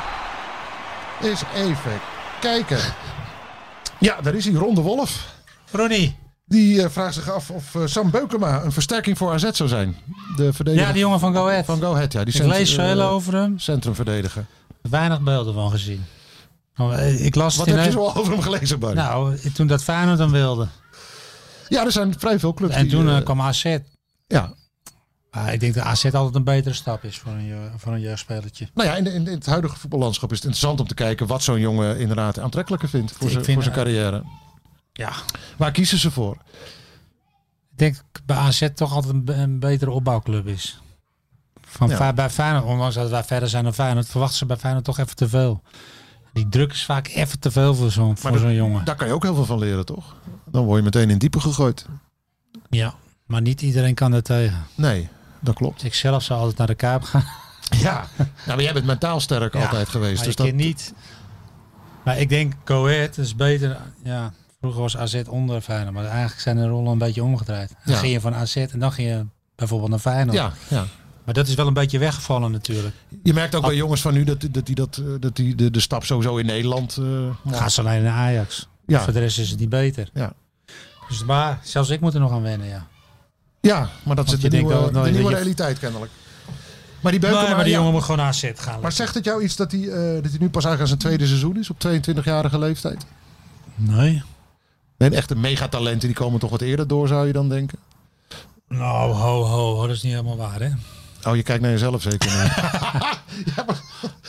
Eens even kijken. Ja, daar is hij, Ron de Wolf. Ronnie. Die uh, vraagt zich af of uh, Sam Beukema een versterking voor A Z zou zijn. De verdediger. Ja, die jongen van Go Ahead. Van Go Ahead, ja. Die ik centrum, lees veel uh, over hem. Centrumverdediger. Weinig beelden van gezien. Oh, ik las Wat het heb je in zo over hem gelezen, Barry? Nou, toen dat Feyenoord hem wilde. Ja, er zijn vrij veel clubs En die, toen uh, uh, kwam A Z. Ja. Uh, ik denk dat A Z altijd een betere stap is voor een, voor een jeugdspelertje. Nou ja, in, de, in het huidige voetballandschap is het interessant om te kijken wat zo'n jongen inderdaad aantrekkelijker vindt voor zijn vind, carrière. Ja. Waar kiezen ze voor? Ik denk bij A Z toch altijd een, een betere opbouwclub is. Van ja. Bij Feyenoord, ondanks dat wij verder zijn dan Feyenoord, verwachten ze bij Feyenoord toch even te veel. Die druk is vaak even te veel voor zo'n voor zo'n jongen. Daar kan je ook heel veel van leren, toch? Dan word je meteen in diepe gegooid. Ja, maar niet iedereen kan er tegen. Nee, dat klopt. Ik zelf zou altijd naar de Kuip gaan. Ja, nou, maar jij bent mentaal sterk ja, altijd geweest. Maar dus dat niet. Maar ik denk Go Ahead is beter. Ja, vroeger was A Z onder Feyenoord, maar eigenlijk zijn de rollen een beetje omgedraaid. Dan ja. ging je van A Z en dan ging je bijvoorbeeld naar Feyenoord. Ja, ja. Maar dat is wel een beetje weggevallen natuurlijk. Je merkt ook Ab- bij jongens van nu dat, dat die, dat, dat die de, de stap sowieso in Nederland... Uh, Gaan ze alleen naar Ajax. Ja. Voor de rest is het niet beter. Ja. Dus, maar zelfs ik moet er nog aan wennen, ja. Ja, maar dat is de nieuwe, dat, de nieuwe realiteit je... kennelijk. Maar die Beukema... Nee, maar die ja. jongen moet gewoon naar A Z gaan. Maar zegt het jou iets dat hij, uh, dat hij nu pas eigenlijk aan zijn tweede seizoen is? Op tweeëntwintigjarige leeftijd? Nee. Nee, echte megatalenten die komen toch wat eerder door, zou je dan denken? Nou, ho, ho, ho, dat is niet helemaal waar, hè? Oh, je kijkt naar jezelf zeker niet. Ja, maar...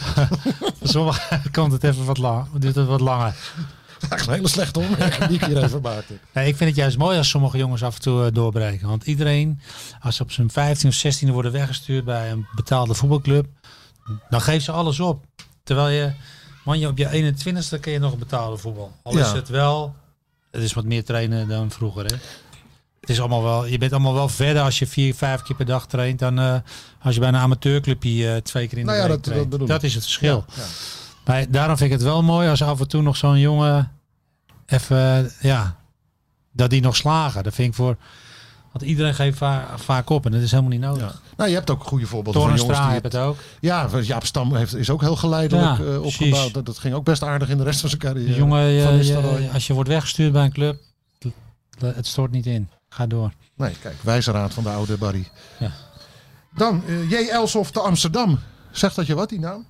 Sommige komt het even wat lang, duurt het wat langer. Dat is een hele slechte opmerking die ik hier even maakte. Nee, ik vind het juist mooi als sommige jongens af en toe uh, doorbreken. Want iedereen, als ze op zijn vijftien of zestiende worden weggestuurd bij een betaalde voetbalclub, dan geeft ze alles op. Terwijl je, man, je op je eenentwintigste kun je nog betaalde voetbal. Al is ja. het wel, het is wat meer trainen dan vroeger, hè. Het is allemaal wel, je bent allemaal wel verder als je vier, vijf keer per dag traint dan uh, als je bij een amateurclubje uh, twee keer in de nou ja, week dat, traint. Dat, dat is het verschil. Ja, ja. Maar daarom vind ik het wel mooi als af en toe nog zo'n jongen even, uh, ja, dat die nog slagen. Dat vind ik voor, want iedereen geeft va- vaak op en dat is helemaal niet nodig. Ja. Nou, je hebt ook goede voorbeelden Torenstra van jongens die het ook. Ja, Jaap Stam heeft, is ook heel geleidelijk ja, uh, opgebouwd. Dat, dat ging ook best aardig in de rest van zijn carrière. Jongen, je, je, als je wordt weggestuurd bij een club, het stort niet in. Ga door. Nee, kijk, wijze raad van de oude Barry. Ja. Dan, uh, J. Elsof te Amsterdam. Zegt dat je wat, die naam?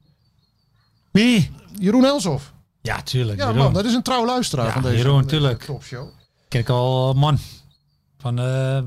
Wie? Jeroen Elsof. Ja, tuurlijk. Ja, Jeroen. man, dat is een trouw luisteraar ja, van deze, Jeroen, van deze tuurlijk. topshow. Ken ik al, man. Van, uh,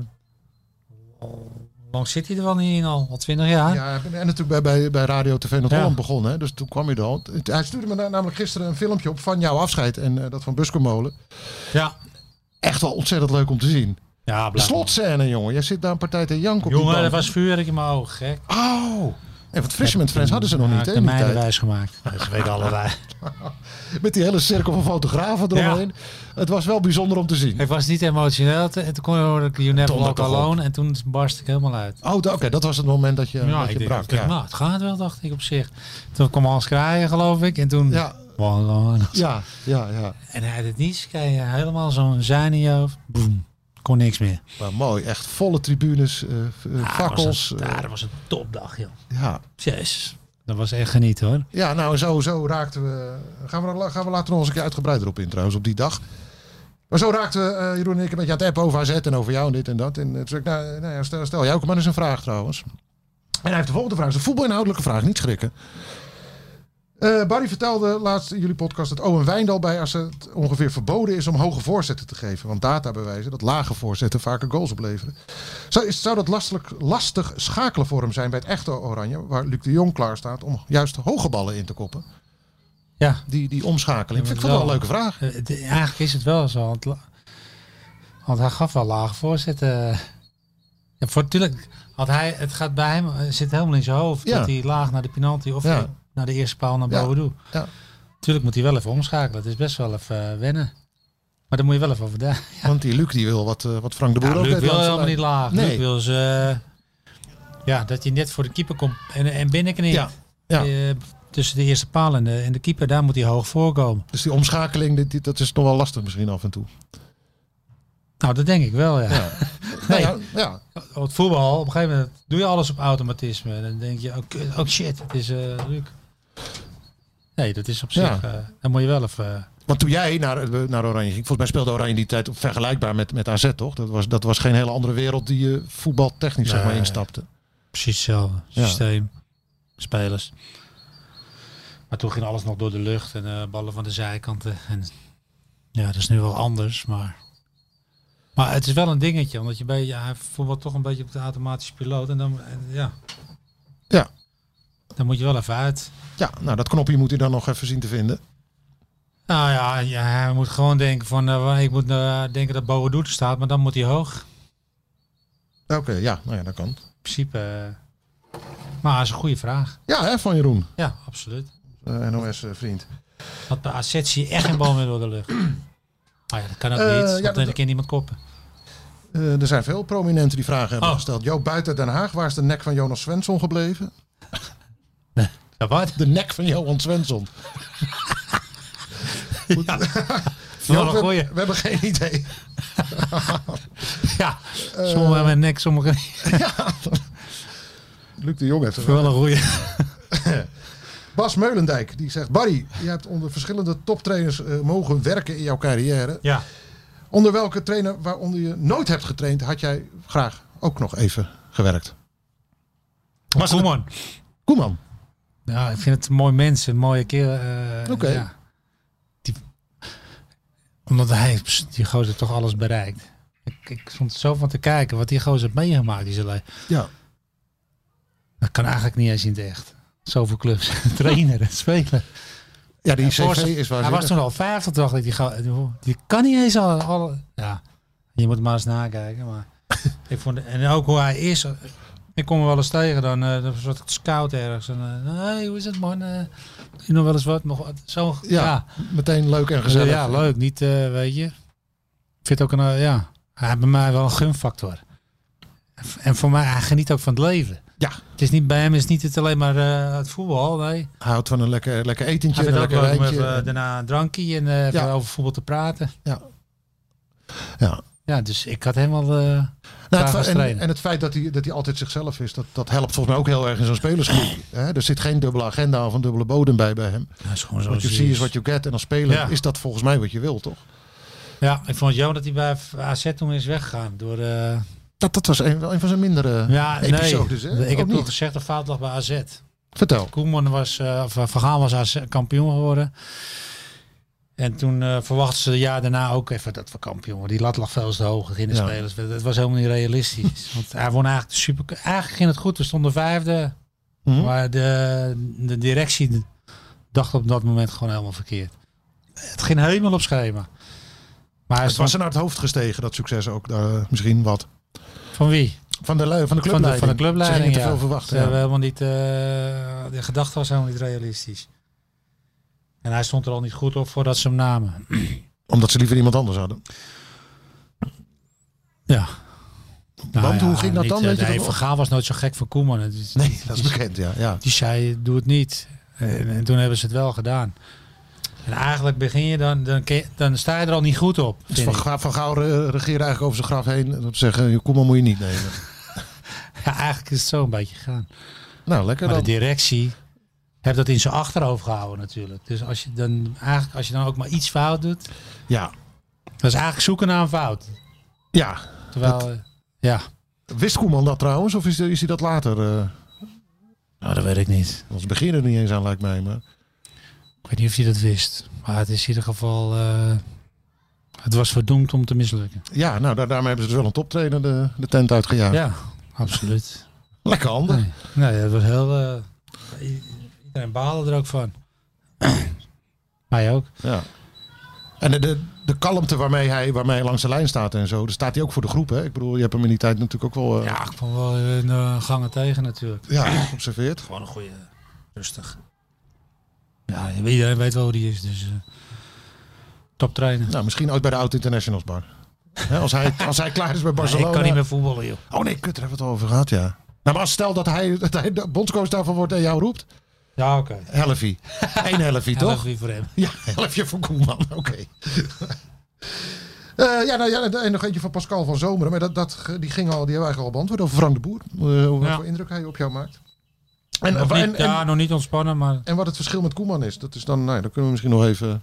lang zit hij er wel niet in al? Al twintig jaar? Ja, en natuurlijk bij, bij, bij Radio T V Noord-Holland ja. begonnen. Hè? Dus toen kwam je er al. Hij stuurde me namelijk gisteren een filmpje op van jouw afscheid en uh, dat van Buskermolen. Ja. Echt wel ontzettend leuk om te zien. Ja, de slotscène, jongen. Jij zit daar een partij te janken op jongen, die bank. dat was vuurwerk in mijn ogen, gek. Oh! En wat Fisherman Friends hadden ze nog ja, niet, hè? Ik heb mij wijs gemaakt. Dat weten allebei. Met die hele cirkel van fotografen eromheen. Ja. Het was wel bijzonder om te zien. Ik was niet emotioneel. En toen hoorde ik You Never Walk Alone. En toen barst ik helemaal uit. Oh, oké. Okay, dat was het moment dat je, ja, dat je ik brak. Denk, ja. Nou, het gaat wel, dacht ik op zich. Toen kwam Hans Kraaien, geloof ik. En toen... Ja. Ja, ja, ja. En hij had het niet. Kijk, helemaal zo'n zijn in je hoofd. Boom. Kon niks meer. Maar mooi. Echt volle tribunes. Uh, ja, fakkels. Dat was, een, uh, dat was een topdag, joh. Ja. Jezus. Dat was echt genieten, hoor. Ja, nou, zo, zo raakten we... Gaan we, gaan we later nog eens een keer uitgebreider op in, trouwens, op die dag. Maar zo raakten we, uh, Jeroen en ik, een beetje aan het appen over A Z en over jou en dit en dat. En uh, toen zei ik, nou, nou ja, stel, stel jou ook maar eens een vraag trouwens. En hij heeft de volgende vraag. Het is een voetbalinhoudelijke vraag, niet schrikken. Uh, Barry vertelde laatst in jullie podcast dat Owen Wijndal bij A Z ongeveer verboden is om hoge voorzetten te geven. Want data bewijzen dat lage voorzetten vaker goals opleveren. Zou, is, zou dat lastig, lastig schakelen voor hem zijn bij het echte Oranje, waar Luc de Jong klaar staat om juist hoge ballen in te koppen? Ja. Die, die omschakeling. Ik vind het wel een leuke vraag. Uh, de, eigenlijk is het wel zo. Want, want hij gaf wel lage voorzetten. Ja, voor, natuurlijk, had hij, het gaat bij hem, het zit helemaal in zijn hoofd. Ja. Dat hij laag naar de penalty of ja. naar de eerste paal naar boven doet. Ja. Tuurlijk moet hij wel even omschakelen. Het is best wel even uh, wennen. Maar daar moet je wel even over daar. Ja. Want die Luc die wil wat, uh, wat Frank de Boer ja, ook Luc weet. wil helemaal niet laag. Nee. Luc wil ze, uh, ja, dat hij net voor de keeper komt en, en binnenknie. Ja. Ja. Uh, tussen de eerste paal en de, en de keeper, daar moet hij hoog voorkomen. Dus die omschakeling, die, die, dat is nog wel lastig misschien af en toe. Nou, dat denk ik wel, ja. ja. nee, nou ja, ja. Op het voetbal, op een gegeven moment doe je alles op automatisme. En dan denk je, oh, oh shit, het is uh, Luc. Nee, dat is op zich, ja. uh, dan moet je wel even... Uh, Want toen jij naar, naar Oranje ging, volgens mij speelde Oranje die tijd vergelijkbaar met, met A Z, toch? Dat was, dat was geen hele andere wereld die je voetbaltechnisch nee, zeg maar instapte. Precies hetzelfde. Systeem, ja. Spelers. Maar toen ging alles nog door de lucht en uh, ballen van de zijkanten. En ja, dat is nu wel anders, maar... Maar het is wel een dingetje, omdat je bij ja, hij voetbalt toch een beetje op de automatische piloot. En dan, en, ja... Ja. Dan moet je wel even uit. Ja, nou dat knopje moet hij dan nog even zien te vinden. Nou ja, ja hij moet gewoon denken van, uh, ik moet uh, denken dat Boadu er staat, maar dan moet hij hoog. Oké, okay, ja, nou ja, dat kan. In principe, uh, maar dat is een goede vraag. Ja, hè, van Jeroen. Ja, absoluut. Uh, N O S uh, vriend. Want bij A Z zie je echt geen bal meer door de lucht. Maar ja, dat kan ook uh, niet, want ja, dan kan niemand koppen. Uh, er zijn veel prominenten die vragen hebben oh. gesteld. Jo, buiten Den Haag, waar is de nek van Jonas Svensson gebleven? Ja, wat? De nek van Johan Svensson. Ja. Jo, we, we hebben geen idee. Ja, sommigen uh, hebben een nek, sommigen niet. Ja. Luc de Jong heeft er wel een goeie. Bas Meulendijk, die zegt... Barry, je hebt onder verschillende toptrainers uh, mogen werken in jouw carrière. Ja. Onder welke trainer waaronder je nooit hebt getraind... had jij graag ook nog even gewerkt? Was Koeman. Het... Koeman? Ja, ik vind het een mooi mens. Een mooie keer. Uh, Oké. Okay. Ja. Omdat hij, die gozer toch alles bereikt. Ik, ik stond zo van te kijken wat die gozer heeft meegemaakt. Die zijn ja. Dat kan eigenlijk niet eens in het echt. Zoveel clubs. Trainer en spelen. Ja, die ja, C V is waar. Hij was toen al vijftig, dacht ik. Die, die, die kan niet eens al... al ja, je moet maar eens nakijken. Maar ik vond, en ook hoe hij is... Ik kom er wel eens tegen, dan uh, een soort scout ergens. En, uh, hey, hoe is het man? Uh, je nog wel eens wat? Nog wat? Zo, ja, ja, meteen leuk en gezellig. Ja, leuk. Niet, uh, weet je. Ik vind ook een, uh, ja, hij heeft bij mij wel een gunfactor. En voor mij, hij geniet ook van het leven. Ja. Het is niet, bij hem is niet het alleen maar uh, het voetbal, nee. Hij houdt van een lekker, lekker etentje. Hij een lekker wijntje. Om even, uh, daarna een drankje en uh, ja. over voetbal te praten. Ja. Ja. Ja, dus ik had helemaal... Uh, nou, het, en, en het feit dat hij, dat hij altijd zichzelf is, dat, dat helpt volgens mij ook heel erg in zo'n spelersgroep. Hè? Er zit geen dubbele agenda of een dubbele bodem bij bij hem. Ja, is gewoon zo. What you see is what you get. En als speler ja. is dat volgens mij wat je wil, toch? Ja, ik vond het jammer dat hij bij A Z toen is weggegaan. Door, uh... dat, dat was een, een van zijn mindere ja, episodes. Nee, hè? ik ook heb niet. Toch gezegd dat fout lag bij A Z. Vertel. Koeman was, uh, of Van Gaal was A Z kampioen geworden. En toen uh, verwachten ze het jaar daarna ook even dat we kampioen worden. Die lat lag veel te hoog in de ja. spelers. Het was helemaal niet realistisch. Want hij won eigenlijk de super. Eigenlijk ging het goed. We stonden vijfde. Mm-hmm. Maar de, de directie dacht op dat moment gewoon helemaal verkeerd. Het ging helemaal op schema. Maar hij het stond... was er naar het hoofd gestegen, dat succes ook. Uh, misschien wat. Van wie? Van de, van de clubleiding. Van de, van de clubleiding, Ze ja. te veel verwachten. Ze ja. hebben helemaal niet... Uh, de gedachte was helemaal niet realistisch. En hij stond er al niet goed op voordat ze hem namen. Omdat ze liever iemand anders hadden. Ja. Nou, Want ja, hoe ging dat niet, dan? Uh, weet nee, je Van Gaal was nooit zo gek voor Koeman. Die, nee, die, dat is die, bekend, ja. ja. Die zei, doe het niet. En, en toen hebben ze het wel gedaan. En eigenlijk begin je dan, dan, dan sta je er al niet goed op. Dus van, Ga, van Gaal regeerde eigenlijk over zijn graf heen. En zeggen, Koeman moet je niet nemen. Ja, eigenlijk is het zo een beetje gegaan. Nou, lekker maar dan. de directie heeft dat in zijn achterhoofd gehouden natuurlijk. Dus als je dan eigenlijk als je dan ook maar iets fout doet. Ja. Dat is eigenlijk zoeken naar een fout. Ja. Terwijl, dat, uh, ja. Wist Koeman dat trouwens? Of is, is hij dat later? Uh... Nou, dat weet ik niet. Ons begin er niet eens aan, lijkt mij. Maar... Ik weet niet of hij dat wist. Maar het is in ieder geval... Uh, het was verdoemd om te mislukken. Ja, nou daar, daarmee hebben ze dus wel een toptrainer de, de tent uitgejaagd. Ja, absoluut. Lekker handig. Nee, nee, dat was heel... Uh, iedereen baalde er ook van. Mij ook. Ja. En de, de, de kalmte waarmee hij, waarmee hij langs de lijn staat en zo, daar staat hij ook voor de groep. Hè? Ik bedoel, je hebt hem in die tijd natuurlijk ook wel... Uh... Ja, ik kwam wel in uh, gangen tegen natuurlijk. Ja, geobserveerd. Gewoon een goede, rustig. Ja, iedereen weet wel hoe die is, dus uh, top trainer. Nou, misschien ooit bij de Oud Internationals bar. He, als, hij, als hij klaar is bij Barcelona. Nee, ik kan niet meer voetballen, joh. Oh nee, kut, daar hebben we het al over gehad, ja. Nou, maar als stel dat hij, dat hij de bondscoach daarvan wordt en jou roept. Ja, oké. Okay. Helfie. Eén helfie, toch? Helfie voor hem. Ja, helftje voor Koeman, oké. Okay. uh, ja, nou ja, en nog eentje van Pascal van Zomeren. Maar dat, dat, die ging al, die hebben we eigenlijk al beantwoord over Frank de Boer. Uh, wat ja. voor indruk hij op jou maakt. En, nog en, niet, en, ja, nog niet ontspannen, maar... En wat het verschil met Koeman is, dat is dan, nou, dan kunnen we misschien nog even...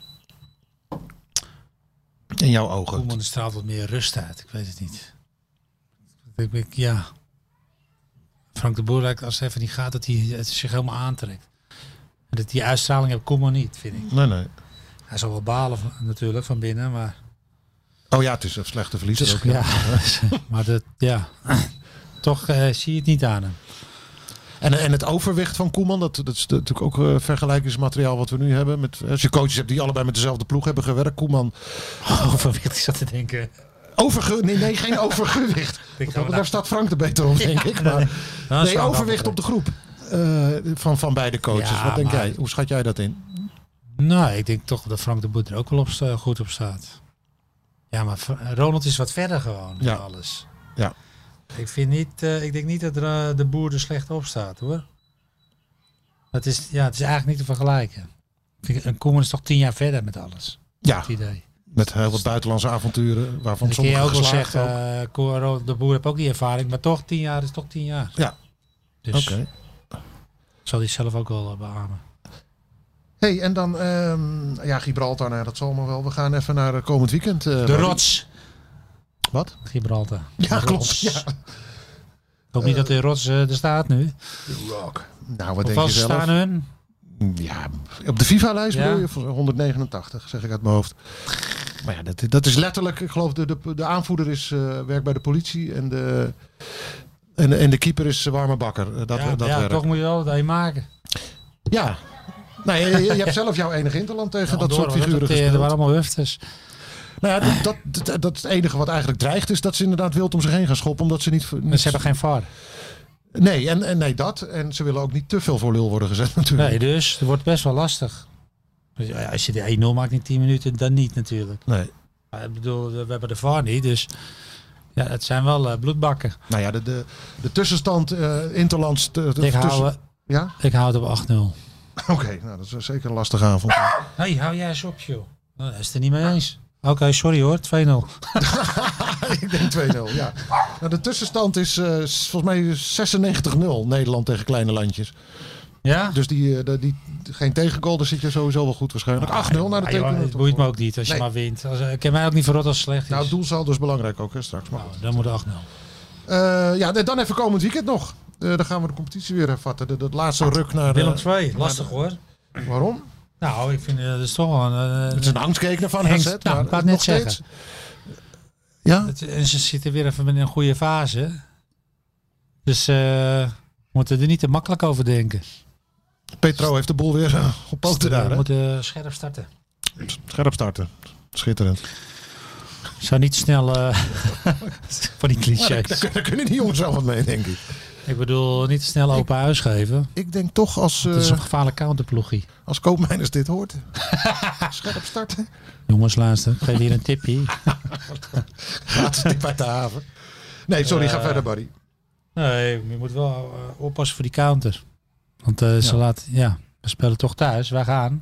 In jouw ogen. Koeman straalt wat meer rust uit, ik weet het niet. Ik, ik, ja... Frank de Boer lijkt als het even niet gaat dat hij het zich helemaal aantrekt. En dat die uitstraling heeft Koeman niet, vind ik. Nee, nee. Hij zal wel balen van, natuurlijk van binnen, maar... Oh ja, het is een slechte verliezer ook. Ja, ja. Maar dat, ja... Toch uh, zie je het niet aan hem. En, en het overwicht van Koeman, dat, dat is natuurlijk ook uh, vergelijkingsmateriaal wat we nu hebben. Met, als je coaches hebt die allebei met dezelfde ploeg hebben gewerkt. Koeman... Overwicht, ik zat te denken... Overge nee, nee, geen overgewicht. Want daar staat Frank er beter op, denk ja, ik. Maar, nee, nee overwicht op de groep uh, van, van beide coaches. Ja, wat denk jij? Hoe schat jij dat in? Nou, ik denk toch dat Frank de Boer er ook wel op sta, goed op staat. Ja, maar Ronald is wat verder gewoon. Ja. Alles. Ja. Ik vind niet, uh, ik denk niet dat er, uh, de Boer er slecht op staat, hoor. Het is, ja, het is eigenlijk niet te vergelijken. Een Koeman is toch tien jaar verder met alles. Ja. Het idee. Met heel wat buitenlandse avonturen, waarvan sommige ook wel geslaagd zeggen, uh, de Boer heeft ook die ervaring, maar toch tien jaar is toch tien jaar. Ja. Dus okay. Zal hij zelf ook wel uh, beamen. Hey, en dan um, ja, Gibraltar, nou, dat zal maar wel. We gaan even naar uh, komend weekend. Uh, de rots. Wat? Gibraltar. Ja, de klopt. Ja. Ik hoop niet uh, dat de rots uh, er staat nu. De Rock. Nou, wat of denk je zelf? Staan hun? Ja, op de FIFA-lijst ja. bedoel je? honderdnegenentachtig, zeg ik uit mijn hoofd. Maar ja, dat, dat is letterlijk, ik geloof de, de, de aanvoerder is uh, werkt bij de politie en de, en, de, en de keeper is warme bakker. Dat, ja, dat ja werkt. Toch moet je wel wat maken. Ja, nou, je, je hebt zelf jouw enige interland tegen ja, dat soort figuren dat, gespeeld. Er waren allemaal hufters. Nou ja, dat, dat, dat, dat is het enige wat eigenlijk dreigt is dat ze inderdaad wild om zich heen gaan schoppen. Omdat ze niet... niet ze hebben geen V A R. Nee, en, en nee dat. En ze willen ook niet te veel voor lul worden gezet natuurlijk. Nee, dus het wordt best wel lastig. Dus, ja, als je de één nul maakt in tien minuten, dan niet natuurlijk. Nee. Maar, ik bedoel, we hebben de V A R niet, dus ja, het zijn wel uh, bloedbakken. Nou ja, de, de, de tussenstand uh, interlands... De, de, ik, tussen... hou, ja? ik hou het op acht nul. Oké, okay, nou dat is zeker een lastige avond. Hé, hey, hou jij eens op, joh. Nou, dat is er niet mee eens. Oké, okay, sorry hoor, twee nul. Ik denk twee nul, ja. Nou, de tussenstand is uh, volgens mij zesennegentig nul Nederland tegen kleine landjes. Ja? Dus die, uh, die, geen tegengoal, daar zit je sowieso wel goed waarschijnlijk. acht nul naar de tekening. Het boeit me ook niet als je nee. maar wint. Als, ik heb mij ook niet verrot als slecht is. Nou, het doelsaldo is belangrijk ook hè, straks. Maar nou, dan moet acht nul. Uh, ja, dan even komend weekend nog. Uh, dan gaan we de competitie weer hervatten. De, de laatste ruk naar... Willem twee, lastig hoor. Waarom? Nou, ik vind uh, dat is toch wel een... Uh, het is een angstkeker van H Z. Nou, maar ik kan het net zeggen. Steeds. Ja? Het, en ze zitten weer even in een goede fase. Dus uh, we moeten er niet te makkelijk over denken. Petro heeft de boel weer uh, op poten daar. We moeten scherp starten. Scherp starten. Schitterend. Zou niet snel uh, van die clichés. Ja, daar, daar kunnen die jongens wel wat mee, denk ik. Ik bedoel, niet te snel open ik, huis geven. Ik denk toch als... Het is een gevaarlijk counterploegie. Als Koopmeiners dit hoort. Scherp starten. Jongens, luister. Ik geef hier een tipje. Gratis tip uit de haven. Nee, sorry. Uh, ga verder, Barry. Nee, je moet wel uh, oppassen voor die counter. Want uh, ze ja. laat, ja, we spelen toch thuis. Wij gaan.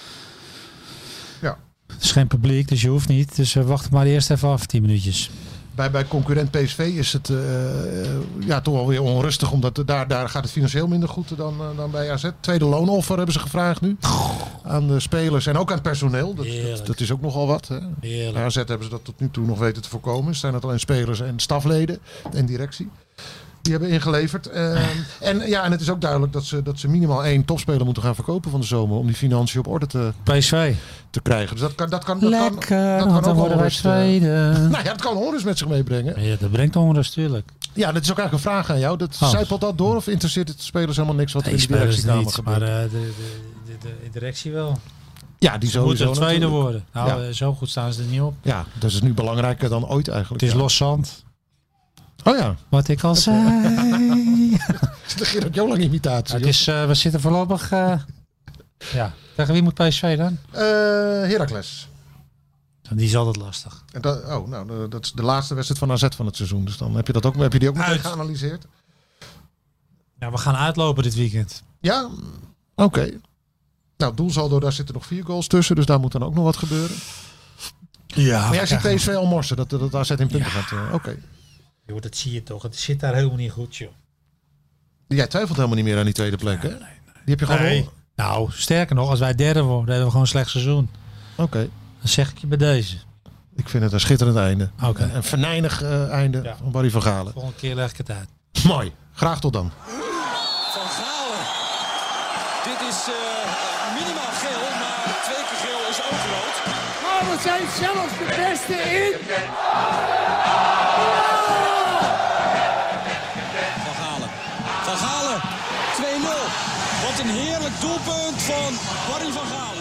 Ja. Het is geen publiek, dus je hoeft niet. Dus we uh, wachten maar eerst even af, tien minuutjes. bij, bij concurrent P S V is het uh, ja, toch wel weer onrustig. Omdat daar, daar gaat het financieel minder goed dan, uh, dan bij A Z. Tweede loonoffer hebben ze gevraagd nu. Aan de spelers en ook aan het personeel. Dat, dat, dat is ook nogal wat. Hè. Bij A Z hebben ze dat tot nu toe nog weten te voorkomen. Zijn het alleen spelers en stafleden en directie. Die hebben ingeleverd. Uh, en, ja, en het is ook duidelijk dat ze, dat ze minimaal één topspeler moeten gaan verkopen van de zomer. Om die financiën op orde te, P S V. te krijgen. Dus dat kan, dat kan, dat Lekker, kan, dat want kan dan ook worden wij onrust, tweede. Uh, nou ja, dat kan onrust met zich meebrengen. Ja, dat brengt onrust, tuurlijk. Ja, dat is ook eigenlijk een vraag aan jou. Dat, oh. Zijpelt dat door of interesseert het de spelers helemaal niks wat er nee, in de directiekamer niet, gebeurt? Maar uh, de, de, de, de directie wel. Ja, die sowieso moeten tweede natuurlijk. worden. Nou, ja. Zo goed staan ze er niet op. Ja, dat is nu belangrijker dan ooit eigenlijk. Het is ja. los zand. Oh ja. Wat ik al zei. Het is de Gerard Jolang imitatie. Het is, uh, we zitten voorlopig... Uh, ja. Tegen wie moet P S V dan? Uh, Heracles. Die is altijd lastig. En dat, oh, nou, dat is de laatste wedstrijd van A Z van het seizoen. Dus dan heb je, dat ook, heb je die ook meteen geanalyseerd? Ja, we gaan uitlopen dit weekend. Ja, oké. Okay. Nou, doelsaldo, daar zitten nog vier goals tussen. Dus daar moet dan ook nog wat gebeuren. Ja. Maar jij ziet P S V al morsen. Dat, dat A Z in punten ja. gaat. Uh, oké. Okay. Joh, dat zie je toch. Het zit daar helemaal niet goed, joh. Jij twijfelt helemaal niet meer aan die tweede plek, hè? Nee, nee, nee. Die heb je gewoon nee. Nou, sterker nog, als wij derde worden, dan hebben we gewoon een slecht seizoen. Oké. Okay. Dan zeg ik je bij deze. Ik vind het een schitterend einde. Okay. Een venijnig uh, einde ja. van Barry van Galen. Volgende keer leg ik het uit. Mooi. Graag tot dan. Van Galen. Dit is uh, minimaal geel, maar twee keer geel is ook rood. Maar we zijn zelfs de beste in. Van Galen. Van Galen. twee nul. Wat een heerlijk doelpunt van Barry van Galen.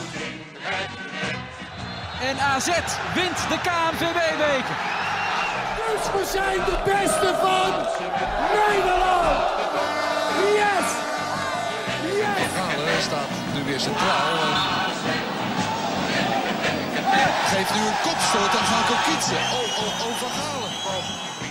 En A Z wint de K N V B-beker. Dus we zijn de beste van Nederland. Yes! Yes! Galen staat nu weer centraal. En geeft nu een kopstoot aan Gaan Kokitsen. Oh, oh, oh, Van Galen.